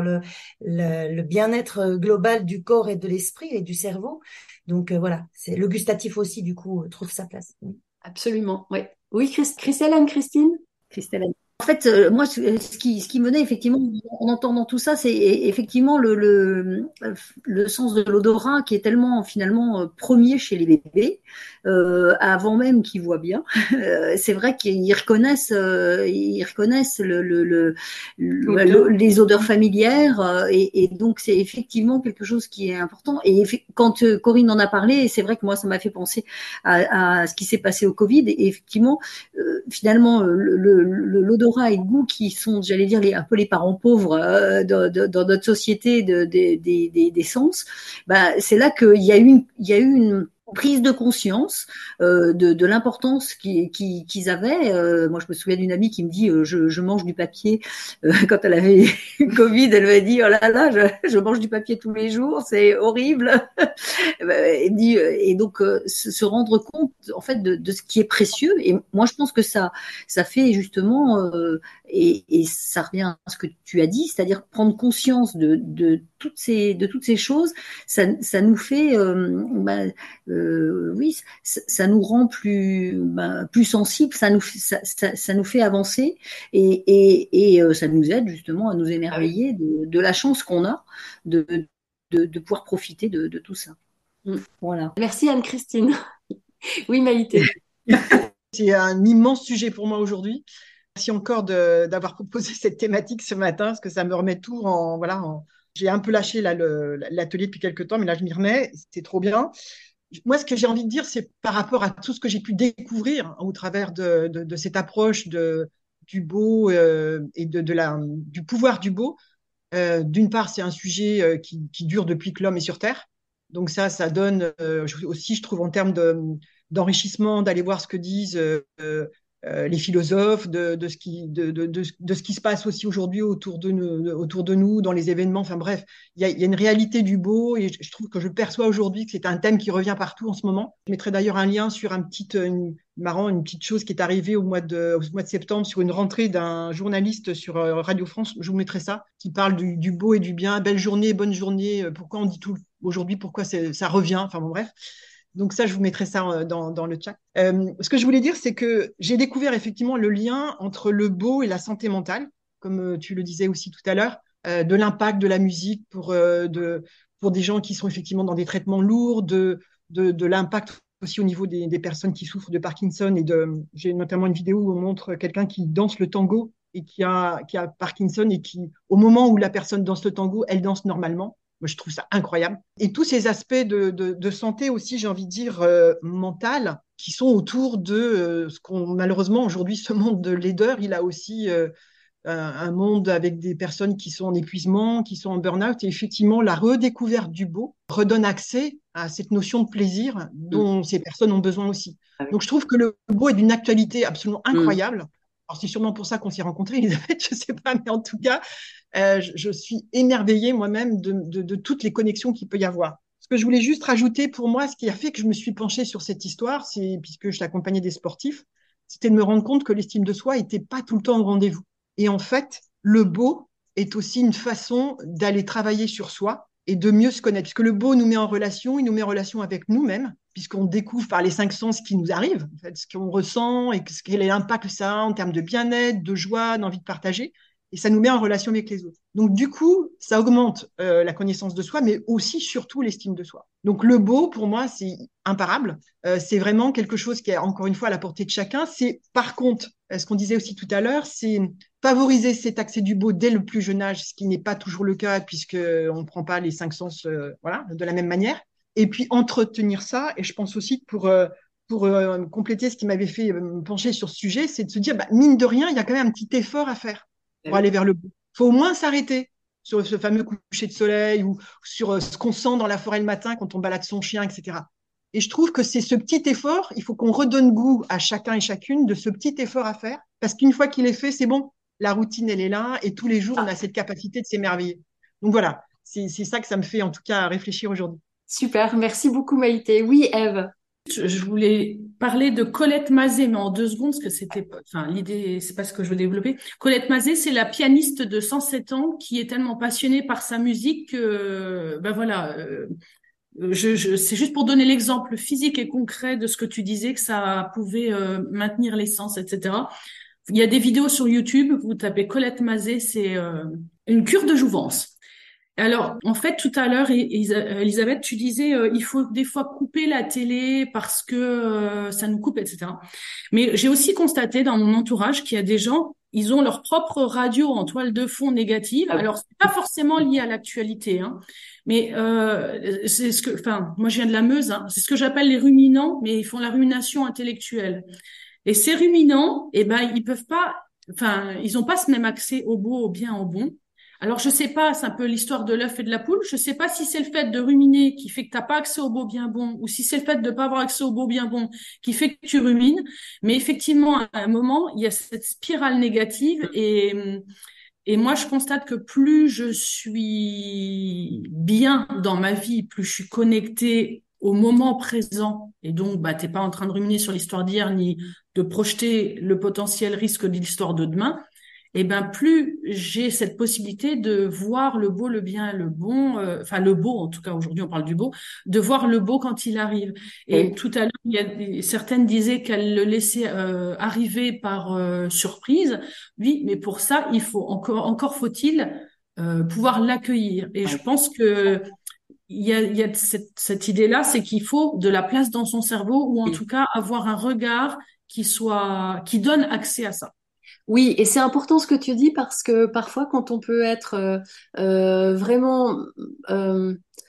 le bien-être global du corps et de l'esprit et du cerveau. Donc voilà, c'est le gustatif aussi du coup trouve sa place. Absolument, oui. Oui, Christelle Anne-Christine? Christelle. En fait, moi, ce qui me venait effectivement en entendant tout ça, c'est effectivement le sens de l'odorat qui est tellement finalement premier chez les bébés, avant même qu'ils voient bien. C'est vrai qu'ils reconnaissent les odeurs familières, et donc c'est effectivement quelque chose qui est important. Et quand Corinne en a parlé, c'est vrai que moi, ça m'a fait penser à ce qui s'est passé au Covid. Et effectivement, finalement, l'odorat et le goût qui sont, j'allais dire, un peu les parents pauvres dans notre société des sens, c'est là qu'il y a eu une prise de conscience de l'importance qu'ils avaient. Moi, je me souviens d'une amie qui me dit je mange du papier. Quand elle avait Covid, elle m'a dit oh là là, je mange du papier tous les jours, c'est horrible. Elle dit, et donc se rendre compte en fait de ce qui est précieux. Et moi, je pense que ça fait justement et ça revient à ce que tu as dit, c'est-à-dire prendre conscience de toutes ces choses. Ça nous fait oui, ça nous rend plus sensibles, ça nous fait avancer et ça nous aide justement à nous émerveiller de la chance qu'on a de pouvoir profiter de tout ça. Voilà. Merci Anne-Christine. Oui, Maïté. C'est un immense sujet pour moi aujourd'hui. Merci encore d'avoir proposé cette thématique ce matin, parce que ça me remet tout J'ai un peu lâché l'atelier depuis quelques temps, mais là je m'y remets, c'est trop bien. Moi, ce que j'ai envie de dire, c'est par rapport à tout ce que j'ai pu découvrir au travers de cette approche du beau et du pouvoir du beau. D'une part, c'est un sujet qui dure depuis que l'homme est sur Terre. Donc ça donne aussi, je trouve, en termes d'enrichissement, d'aller voir ce que disent les philosophes, de ce qui se passe aussi aujourd'hui autour de nous, dans les événements. Enfin bref, il y a une réalité du beau et je trouve que je perçois aujourd'hui que c'est un thème qui revient partout en ce moment. Je mettrai d'ailleurs un lien sur une petite chose qui est arrivée au mois de septembre sur une rentrée d'un journaliste sur Radio France. Je vous mettrai ça, qui parle du beau et du bien. Belle journée, bonne journée. Pourquoi on dit tout aujourd'hui, pourquoi ça revient. Enfin bon, bref. Donc ça, je vous mettrai ça dans le chat. Ce que je voulais dire, c'est que j'ai découvert effectivement le lien entre le beau et la santé mentale, comme tu le disais aussi tout à l'heure, de l'impact de la musique pour des gens qui sont effectivement dans des traitements lourds, de l'impact aussi au niveau des personnes qui souffrent de Parkinson. J'ai notamment une vidéo où on montre quelqu'un qui danse le tango et qui a Parkinson et qui, au moment où la personne danse le tango, elle danse normalement. Moi, je trouve ça incroyable. Et tous ces aspects de santé aussi, j'ai envie de dire, mentale, qui sont autour de ce qu'on, malheureusement, aujourd'hui, ce monde de laideur, il a aussi un monde avec des personnes qui sont en épuisement, qui sont en burn-out. Et effectivement, la redécouverte du beau redonne accès à cette notion de plaisir dont ces personnes ont besoin aussi. Donc, je trouve que le beau est d'une actualité absolument incroyable. Alors, c'est sûrement pour ça qu'on s'est rencontrés, Elisabeth, je sais pas, mais en tout cas, je suis émerveillée moi-même de toutes les connexions qu'il peut y avoir. Ce que je voulais juste rajouter pour moi, ce qui a fait que je me suis penchée sur cette histoire, c'est puisque je t'accompagnais des sportifs, c'était de me rendre compte que l'estime de soi était pas tout le temps au rendez-vous. Et en fait, le beau est aussi une façon d'aller travailler sur soi et de mieux se connaître. Parce que le beau nous met en relation, il nous met en relation avec nous-mêmes, puisqu'on découvre par les 5 sens ce qui nous arrive, en fait, ce qu'on ressent et quel est l'impact que ça a en termes de bien-être, de joie, d'envie de partager. Et ça nous met en relation avec les autres. Donc, du coup, ça augmente la connaissance de soi, mais aussi, surtout, l'estime de soi. Donc, le beau, pour moi, c'est imparable. C'est vraiment quelque chose qui est, encore une fois, à la portée de chacun. C'est, par contre, ce qu'on disait aussi tout à l'heure, c'est favoriser cet accès du beau dès le plus jeune âge, ce qui n'est pas toujours le cas, puisqu'on ne prend pas les 5 sens voilà, de la même manière. Et puis, entretenir ça. Et je pense aussi que pour compléter ce qui m'avait fait me pencher sur ce sujet, c'est de se dire, bah, mine de rien, il y a quand même un petit effort à faire pour aller vers le beau. Il faut au moins s'arrêter sur ce fameux coucher de soleil ou sur ce qu'on sent dans la forêt le matin quand on balade son chien, etc. Et je trouve que c'est ce petit effort, il faut qu'on redonne goût à chacun et chacune de ce petit effort à faire, parce qu'une fois qu'il est fait, c'est bon. La routine, elle est là, et tous les jours, on a cette capacité de s'émerveiller. Donc voilà, c'est ça que ça me fait en tout cas réfléchir aujourd'hui. Super, merci beaucoup Maïté. Oui, Ève. Je voulais parler de Colette Mazet, mais en 2 secondes, parce que l'idée, c'est pas ce que je veux développer. Colette Mazet, c'est la pianiste de 107 ans qui est tellement passionnée par sa musique que, c'est juste pour donner l'exemple physique et concret de ce que tu disais, que ça pouvait maintenir l'essence, etc. Il y a des vidéos sur YouTube, vous tapez Colette Mazet, c'est une cure de jouvence. Alors, en fait, tout à l'heure, Elisabeth, tu disais, il faut des fois couper la télé parce que ça nous coupe, etc. Mais j'ai aussi constaté dans mon entourage qu'il y a des gens, ils ont leur propre radio en toile de fond négative. Alors, c'est pas forcément lié à l'actualité, hein, mais moi, je viens de la Meuse, hein, c'est ce que j'appelle les ruminants, mais ils font la rumination intellectuelle. Et ces ruminants, ils peuvent pas, ils ont pas ce même accès au beau, au bien, au bon. Alors, je sais pas, c'est un peu l'histoire de l'œuf et de la poule. Je sais pas si c'est le fait de ruminer qui fait que t'as pas accès au beau bien bon, ou si c'est le fait de pas avoir accès au beau bien bon qui fait que tu rumines. Mais effectivement, à un moment, il y a cette spirale négative et moi, je constate que plus je suis bien dans ma vie, plus je suis connectée au moment présent. Et donc, t'es pas en train de ruminer sur l'histoire d'hier ni de projeter le potentiel risque de l'histoire de demain. Plus j'ai cette possibilité de voir le beau, le bien, le bon, le beau, en tout cas aujourd'hui on parle du beau, de voir le beau quand il arrive. Et tout à l'heure, certaines disaient qu'elles le laissaient arriver par surprise. Oui, mais pour ça, il faut encore faut-il pouvoir l'accueillir. Et je pense que il y a cette idée-là, c'est qu'il faut de la place dans son cerveau, ou en tout cas avoir un regard qui donne accès à ça. Oui, et c'est important ce que tu dis parce que parfois quand on peut être vraiment, je sais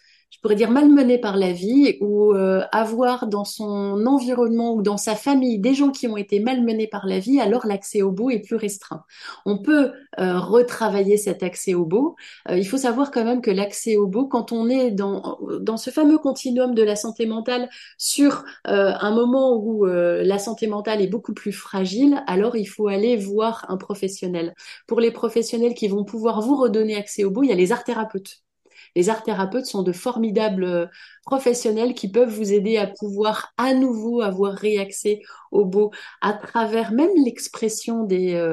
pourrais dire malmené par la vie ou avoir dans son environnement ou dans sa famille des gens qui ont été malmenés par la vie, alors l'accès au beau est plus restreint. On peut retravailler cet accès au beau. Il faut savoir quand même que l'accès au beau, quand on est dans ce fameux continuum de la santé mentale sur un moment où la santé mentale est beaucoup plus fragile, alors il faut aller voir un professionnel. Pour les professionnels qui vont pouvoir vous redonner accès au beau, il y a les art thérapeutes. Les art thérapeutes sont de formidables professionnels qui peuvent vous aider à pouvoir à nouveau avoir réaccès au beau à travers même l'expression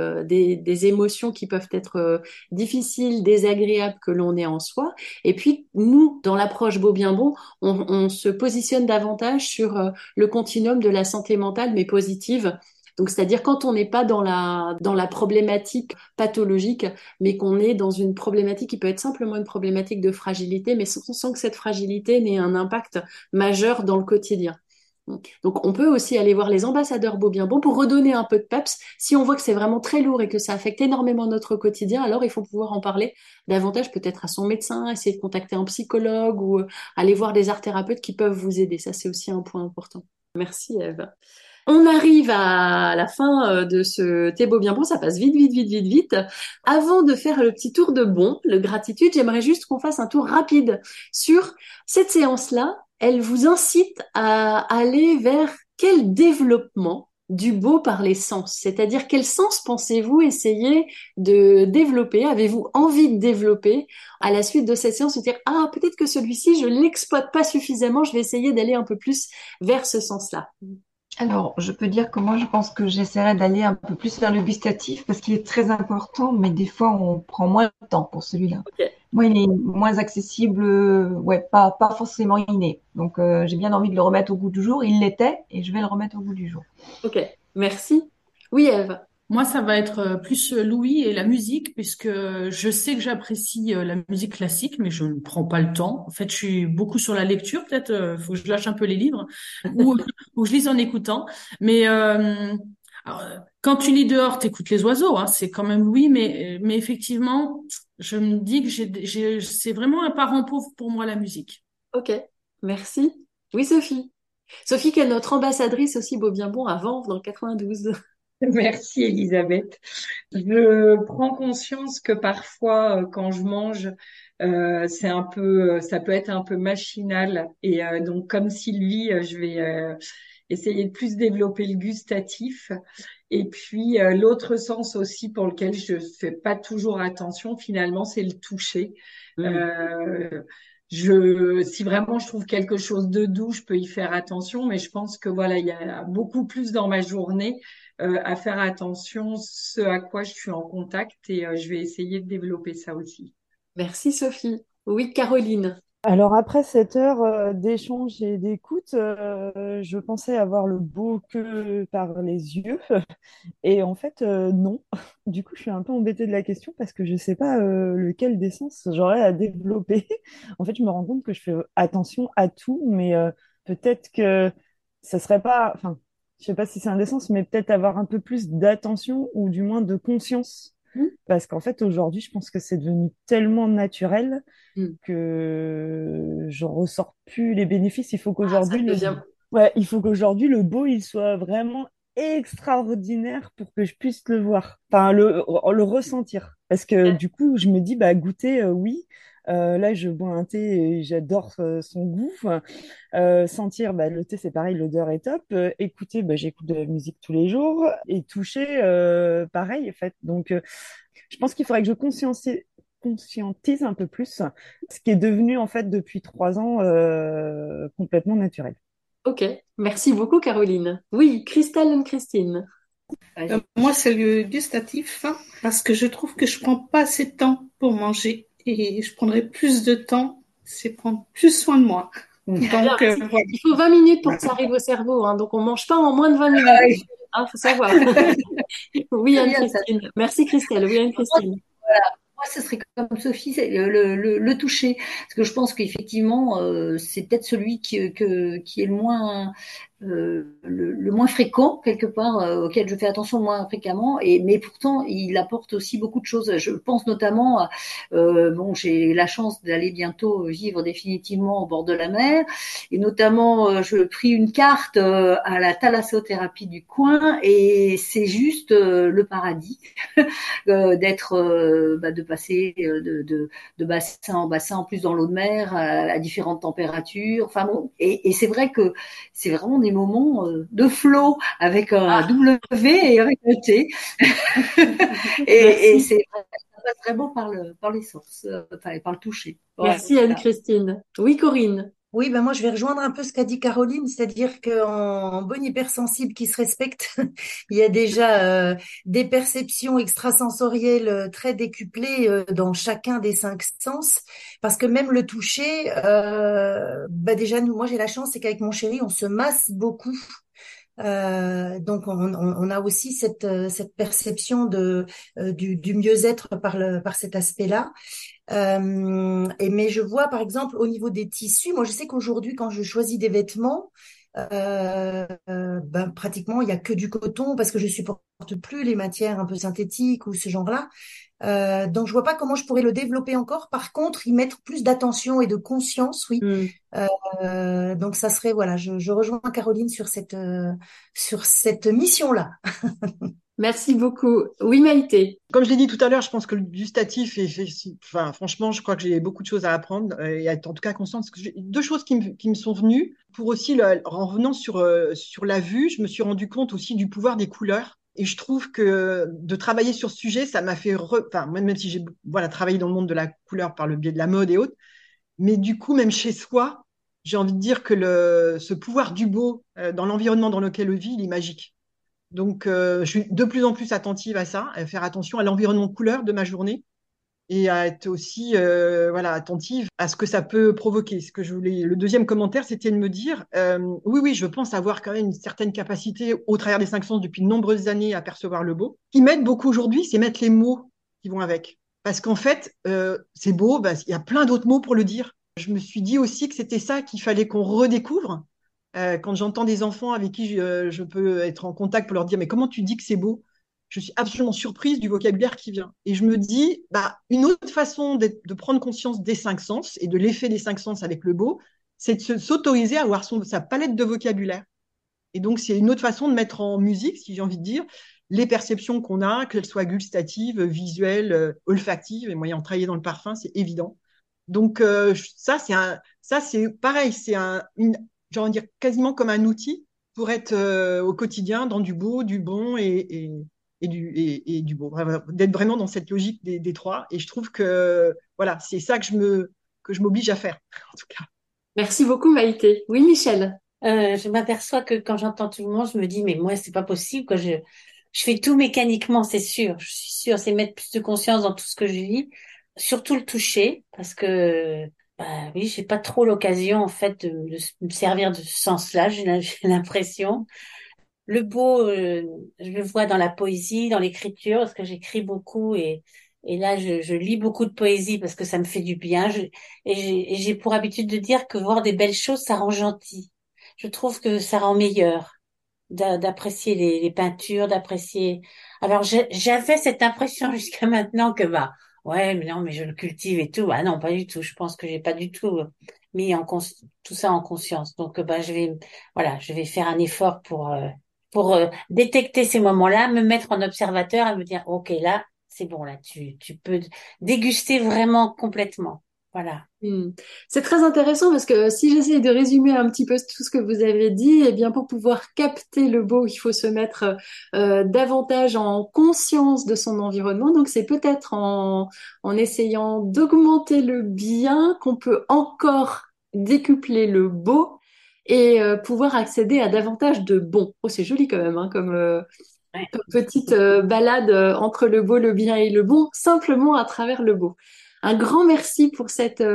des émotions qui peuvent être difficiles, désagréables que l'on est en soi. Et puis, nous, dans l'approche Beau Bien Bon, on se positionne davantage sur le continuum de la santé mentale, mais positive. Donc, c'est-à-dire quand on n'est pas dans la problématique pathologique, mais qu'on est dans une problématique qui peut être simplement une problématique de fragilité, mais sans que cette fragilité n'ait un impact majeur dans le quotidien. Donc, on peut aussi aller voir les ambassadeurs Beau Bien Bon pour redonner un peu de peps. Si on voit que c'est vraiment très lourd et que ça affecte énormément notre quotidien, alors il faut pouvoir en parler davantage peut-être à son médecin, essayer de contacter un psychologue ou aller voir des art thérapeutes qui peuvent vous aider. Ça, c'est aussi un point important. Merci, Ève. On arrive à la fin de ce thé beau bien bon, ça passe vite, vite, vite, vite, vite. Avant de faire le petit tour de bon, le gratitude, j'aimerais juste qu'on fasse un tour rapide sur cette séance-là. Elle vous incite à aller vers quel développement du beau par les sens? C'est-à-dire quel sens pensez-vous essayer de développer? Avez-vous envie de développer à la suite de cette séance, de dire ah peut-être que celui-ci je l'exploite pas suffisamment, je vais essayer d'aller un peu plus vers ce sens-là. Alors, je peux dire que moi, je pense que j'essaierai d'aller un peu plus vers le gustatif parce qu'il est très important, mais des fois, on prend moins de temps pour celui-là. Okay. Moi, il est moins accessible, ouais, pas forcément inné. Donc, j'ai bien envie de le remettre au goût du jour. Il l'était et je vais le remettre au goût du jour. Ok, merci. Oui, Ève. Moi, ça va être plus l'ouïe et la musique, puisque je sais que j'apprécie la musique classique, mais je ne prends pas le temps. En fait, je suis beaucoup sur la lecture. Peut-être, faut que je lâche un peu les livres ou je lise en écoutant. Mais alors, quand tu lis dehors, t'écoutes les oiseaux. Hein, c'est quand même oui, mais effectivement, je me dis que c'est vraiment un parent pauvre pour moi la musique. Ok, merci. Oui, Sophie. Sophie qui est notre ambassadrice aussi Beau Bien Bon à Vanves dans le 92. Merci Elisabeth. Je prends conscience que parfois, quand je mange, ça peut être un peu machinal. Et donc, comme Sylvie, je vais essayer de plus développer le gustatif. Et puis, l'autre sens aussi pour lequel je fais pas toujours attention, finalement, c'est le toucher. Si vraiment je trouve quelque chose de doux, je peux y faire attention, mais je pense que voilà, il y a beaucoup plus dans ma journée à faire attention ce à quoi je suis en contact et je vais essayer de développer ça aussi. Merci Sophie. Oui, Caroline. Alors après cette heure d'échange et d'écoute, je pensais avoir le beau que par les yeux et en fait non. Du coup, je suis un peu embêtée de la question parce que je sais pas lequel des sens j'aurais à développer. En fait, je me rends compte que je fais attention à tout, mais peut-être que ça serait pas, enfin, je sais pas si c'est un des sens, mais peut-être avoir un peu plus d'attention ou du moins de conscience. Parce qu'en fait, aujourd'hui, je pense que c'est devenu tellement naturel que j'en ressors plus les bénéfices. Il faut qu'aujourd'hui, il faut qu'aujourd'hui, le beau, il soit vraiment extraordinaire pour que je puisse le voir, enfin, le ressentir. Parce que du coup, je me dis, bah, goûter, oui. Là, je bois un thé et j'adore son goût. Sentir, bah, le thé, c'est pareil, l'odeur est top. Écouter, bah, j'écoute de la musique tous les jours. Et toucher, pareil, en fait. Donc, je pense qu'il faudrait que je conscientise un peu plus ce qui est devenu, en fait, depuis 3 ans, complètement naturel. Ok, merci beaucoup, Caroline. Oui, Christine. Moi, c'est le gustatif, hein, parce que je trouve que je prends pas assez de temps pour manger et je prendrais plus de temps, c'est prendre plus soin de moi. Donc, voilà. Il faut 20 minutes pour que ça arrive au cerveau, hein, donc on mange pas en moins de 20 minutes. Hein, faut savoir. Oui, Anne-Christine. Merci, Christelle. Oui, Anne-Christine. Voilà. Moi, ce serait comme Sophie, c'est le toucher. Parce que je pense qu'effectivement, c'est peut-être celui qui est le moins le moins fréquent quelque part, auquel je fais attention moins fréquemment, mais pourtant il apporte aussi beaucoup de choses. Je pense notamment à, bon, j'ai la chance d'aller bientôt vivre définitivement au bord de la mer, et notamment je pris une carte à la thalassothérapie du coin, et c'est juste le paradis d'être, de passer de bassin en bassin, en plus dans l'eau de mer à différentes températures. Enfin bon, et c'est vrai que c'est vraiment des moments de flow avec un W et avec un T. et c'est ça passe vraiment par les sens, enfin, par le toucher. Merci Voilà. Anne-Christine. Oui, Corinne. Oui, ben moi je vais rejoindre un peu ce qu'a dit Caroline, c'est-à-dire qu'en bonne hypersensible qui se respecte, il y a déjà des perceptions extrasensorielles très décuplées dans chacun des 5 sens, parce que même le toucher, déjà moi j'ai la chance, c'est qu'avec mon chéri on se masse beaucoup. Donc on a aussi cette perception du mieux-être par cet aspect-là. Mais je vois par exemple au niveau des tissus, moi je sais qu'aujourd'hui quand je choisis des vêtements, pratiquement il y a que du coton parce que je supporte plus les matières un peu synthétiques ou ce genre-là. Donc je vois pas comment je pourrais le développer encore. Par contre, y mettre plus d'attention et de conscience, oui. Donc ça serait voilà, je rejoins Caroline sur cette mission-là. Merci beaucoup. Oui, Maïté. Comme je l'ai dit tout à l'heure, je pense que le gustatif enfin, franchement, je crois que j'ai beaucoup de choses à apprendre et à être en tout cas consciente. Parce que j'ai deux choses qui me sont venues. Pour aussi, en revenant sur la vue, je me suis rendu compte aussi du pouvoir des couleurs. Et je trouve que de travailler sur ce sujet, ça m'a fait, enfin, même si j'ai travaillé dans le monde de la couleur par le biais de la mode et autres, mais du coup, même chez soi, j'ai envie de dire que ce pouvoir du beau dans l'environnement dans lequel on vit, il est magique. Donc, je suis de plus en plus attentive à ça, à faire attention à l'environnement couleur de ma journée et à être aussi attentive à ce que ça peut provoquer. Le deuxième commentaire, c'était de me dire, oui, je pense avoir quand même une certaine capacité au travers des 5 sens depuis de nombreuses années à percevoir le beau. Ce qui m'aide beaucoup aujourd'hui, c'est mettre les mots qui vont avec. Parce qu'en fait, c'est beau, il y a plein d'autres mots pour le dire. Je me suis dit aussi que c'était ça qu'il fallait qu'on redécouvre. Quand j'entends des enfants avec qui je peux être en contact pour leur dire mais comment tu dis que c'est beau, je suis absolument surprise du vocabulaire qui vient. Et je me dis, une autre façon de prendre conscience des 5 sens et de l'effet des 5 sens avec le beau, c'est de s'autoriser à avoir sa palette de vocabulaire. Et donc, c'est une autre façon de mettre en musique, si j'ai envie de dire, les perceptions qu'on a, qu'elles soient gustatives, visuelles, olfactives. Et moi, ayant travaillé dans le parfum, c'est évident. Donc, ça, c'est pareil, j'ai envie de dire quasiment comme un outil pour être au quotidien dans du beau, du bon et du beau. D'être vraiment dans cette logique des trois. Et je trouve que voilà, c'est ça que je m'oblige à faire, en tout cas. Merci beaucoup, Maïté. Oui, Michel. Je m'aperçois que quand j'entends tout le monde, je me dis, mais moi, c'est pas possible, quoi. Je fais tout mécaniquement, c'est sûr. Je suis sûre, c'est mettre plus de conscience dans tout ce que je vis, surtout le toucher, parce que, oui, j'ai pas trop l'occasion, en fait, de me servir de ce sens-là, j'ai l'impression. Le beau, je le vois dans la poésie, dans l'écriture, parce que j'écris beaucoup et là, je lis beaucoup de poésie parce que ça me fait du bien. Et j'ai pour habitude de dire que voir des belles choses, ça rend gentil. Je trouve que ça rend meilleur d'apprécier les peintures, d'apprécier. Alors, j'avais cette impression jusqu'à maintenant que, ouais, mais non, mais je le cultive et tout. Non, pas du tout. Je pense que j'ai pas du tout mis tout ça en conscience. Donc, je vais faire un effort pour détecter ces moments-là, me mettre en observateur et me dire, OK, là, c'est bon, là, tu peux déguster vraiment complètement. Voilà. C'est très intéressant parce que si j'essaie de résumer un petit peu tout ce que vous avez dit, eh bien pour pouvoir capter le beau, il faut se mettre davantage en conscience de son environnement. Donc c'est peut-être en essayant d'augmenter le bien qu'on peut encore décupler le beau et pouvoir accéder à davantage de bon. Oh, c'est joli quand même, hein, comme petite balade entre le beau, le bien et le bon, simplement à travers le beau. Un grand merci pour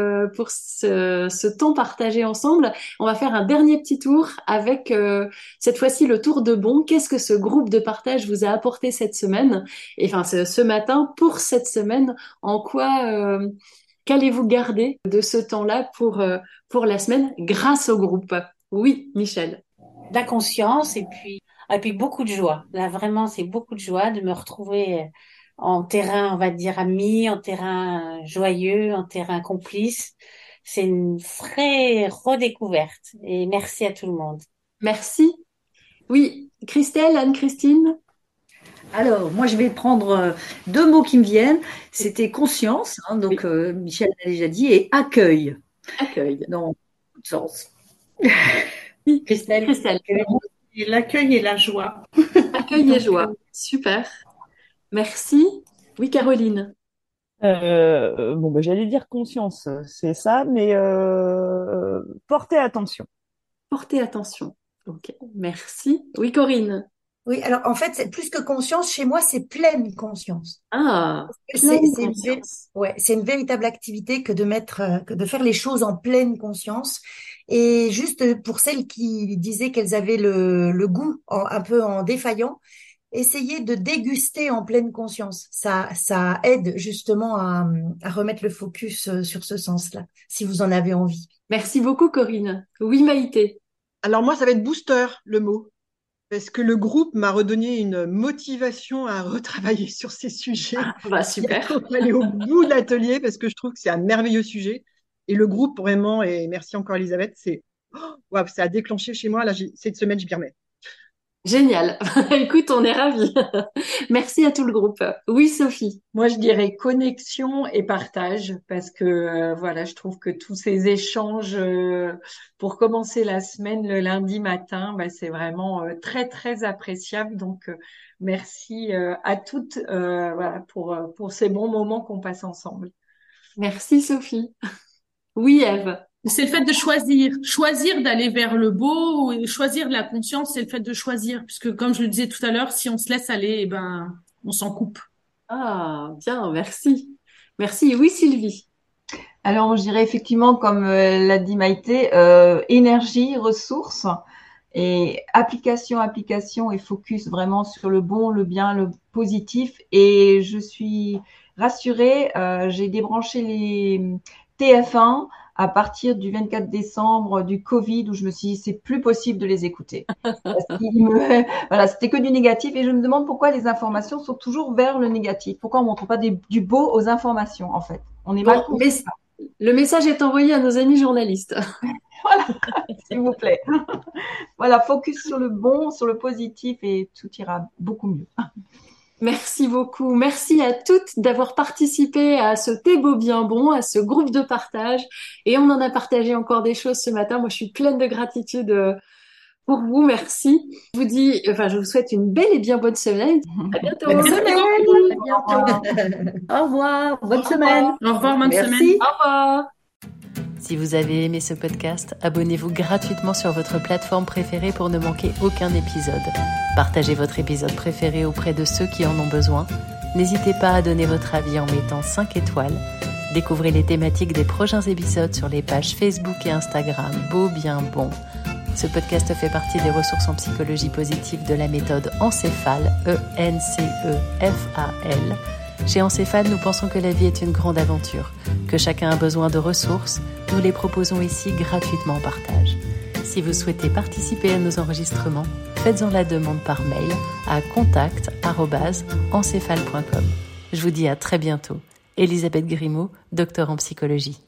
ce temps partagé ensemble. On va faire un dernier petit tour avec cette fois-ci le tour de bon. Qu'est-ce que ce groupe de partage vous a apporté cette semaine? Et enfin ce matin pour cette semaine. En quoi qu'allez-vous garder de ce temps-là pour la semaine grâce au groupe? Oui, Michel. la conscience et puis beaucoup de joie. Là, vraiment, c'est beaucoup de joie de me retrouver en terrain, on va dire, ami, en terrain joyeux, en terrain complice. C'est une vraie redécouverte et merci à tout le monde. Merci. Oui, Christelle, Anne-Christine? Alors, moi, je vais prendre deux mots qui me viennent. C'était conscience, hein, donc Michel l'a déjà dit, et accueil. Accueil. Dans tout sens. Christelle. L'accueil et la joie. Accueil et joie. Super. Merci. Oui, Caroline. J'allais dire conscience, c'est ça, mais porter attention. Porter attention. Ok, merci. Oui, Corinne. Oui, alors en fait, c'est plus que conscience, chez moi, c'est pleine conscience. Ah, c'est une véritable activité que de faire les choses en pleine conscience. Et juste pour celles qui disaient qu'elles avaient le goût un peu en défaillant, essayez de déguster en pleine conscience. Ça aide justement à remettre le focus sur ce sens-là, si vous en avez envie. Merci beaucoup, Corinne. Oui, Maïté. Alors moi, ça va être booster, le mot. Parce que le groupe m'a redonné une motivation à retravailler sur ces sujets. Super. Il faut aller au bout de l'atelier parce que je trouve que c'est un merveilleux sujet. Et le groupe, vraiment, et merci encore Elisabeth, ça a déclenché chez moi. Là, cette semaine, je m'y remets. Génial. Écoute, on est ravis. Merci à tout le groupe. Oui, Sophie. Moi, je dirais connexion et partage parce que je trouve que tous ces échanges pour commencer la semaine le lundi matin, c'est vraiment très très appréciable. Donc merci à toutes pour ces bons moments qu'on passe ensemble. Merci Sophie. Oui, Ève. C'est le fait de choisir d'aller vers le beau, et choisir de la conscience, c'est le fait de choisir, puisque comme je le disais tout à l'heure, si on se laisse aller, on s'en coupe. Ah, bien, merci. Merci. Oui, Sylvie. Alors, je dirais effectivement, comme l'a dit Maïté, énergie, ressources et application et focus vraiment sur le bon, le bien, le positif. Et je suis rassurée, j'ai débranché les TF1 à partir du 24 décembre du Covid où je me suis dit c'est plus possible de les écouter. C'était que du négatif et je me demande pourquoi les informations sont toujours vers le négatif. Pourquoi on montre pas du beau aux informations en fait. On est mal compris. Le message est envoyé à nos amis journalistes. Voilà, s'il vous plaît. Voilà, focus sur le bon, sur le positif et tout ira beaucoup mieux. Merci beaucoup. Merci à toutes d'avoir participé à ce thé beau bien bon, à ce groupe de partage. Et on en a partagé encore des choses ce matin. Moi, je suis pleine de gratitude pour vous. Merci. Je vous souhaite une belle et bien bonne semaine. À bientôt. Bonne semaine. À bientôt. Au revoir. Bonne semaine. Au revoir, bonne semaine. Au revoir. Si vous avez aimé ce podcast, abonnez-vous gratuitement sur votre plateforme préférée pour ne manquer aucun épisode. Partagez votre épisode préféré auprès de ceux qui en ont besoin. N'hésitez pas à donner votre avis en mettant 5 étoiles. Découvrez les thématiques des prochains épisodes sur les pages Facebook et Instagram Beau Bien Bon. Ce podcast fait partie des ressources en psychologie positive de la méthode Encéphale, ENCEFAL. Chez Encéphale, nous pensons que la vie est une grande aventure, que chacun a besoin de ressources. Nous les proposons ici gratuitement en partage. Si vous souhaitez participer à nos enregistrements, faites-en la demande par mail à contact@encéphale.com. Je vous dis à très bientôt. Elisabeth Grimaud, docteur en psychologie.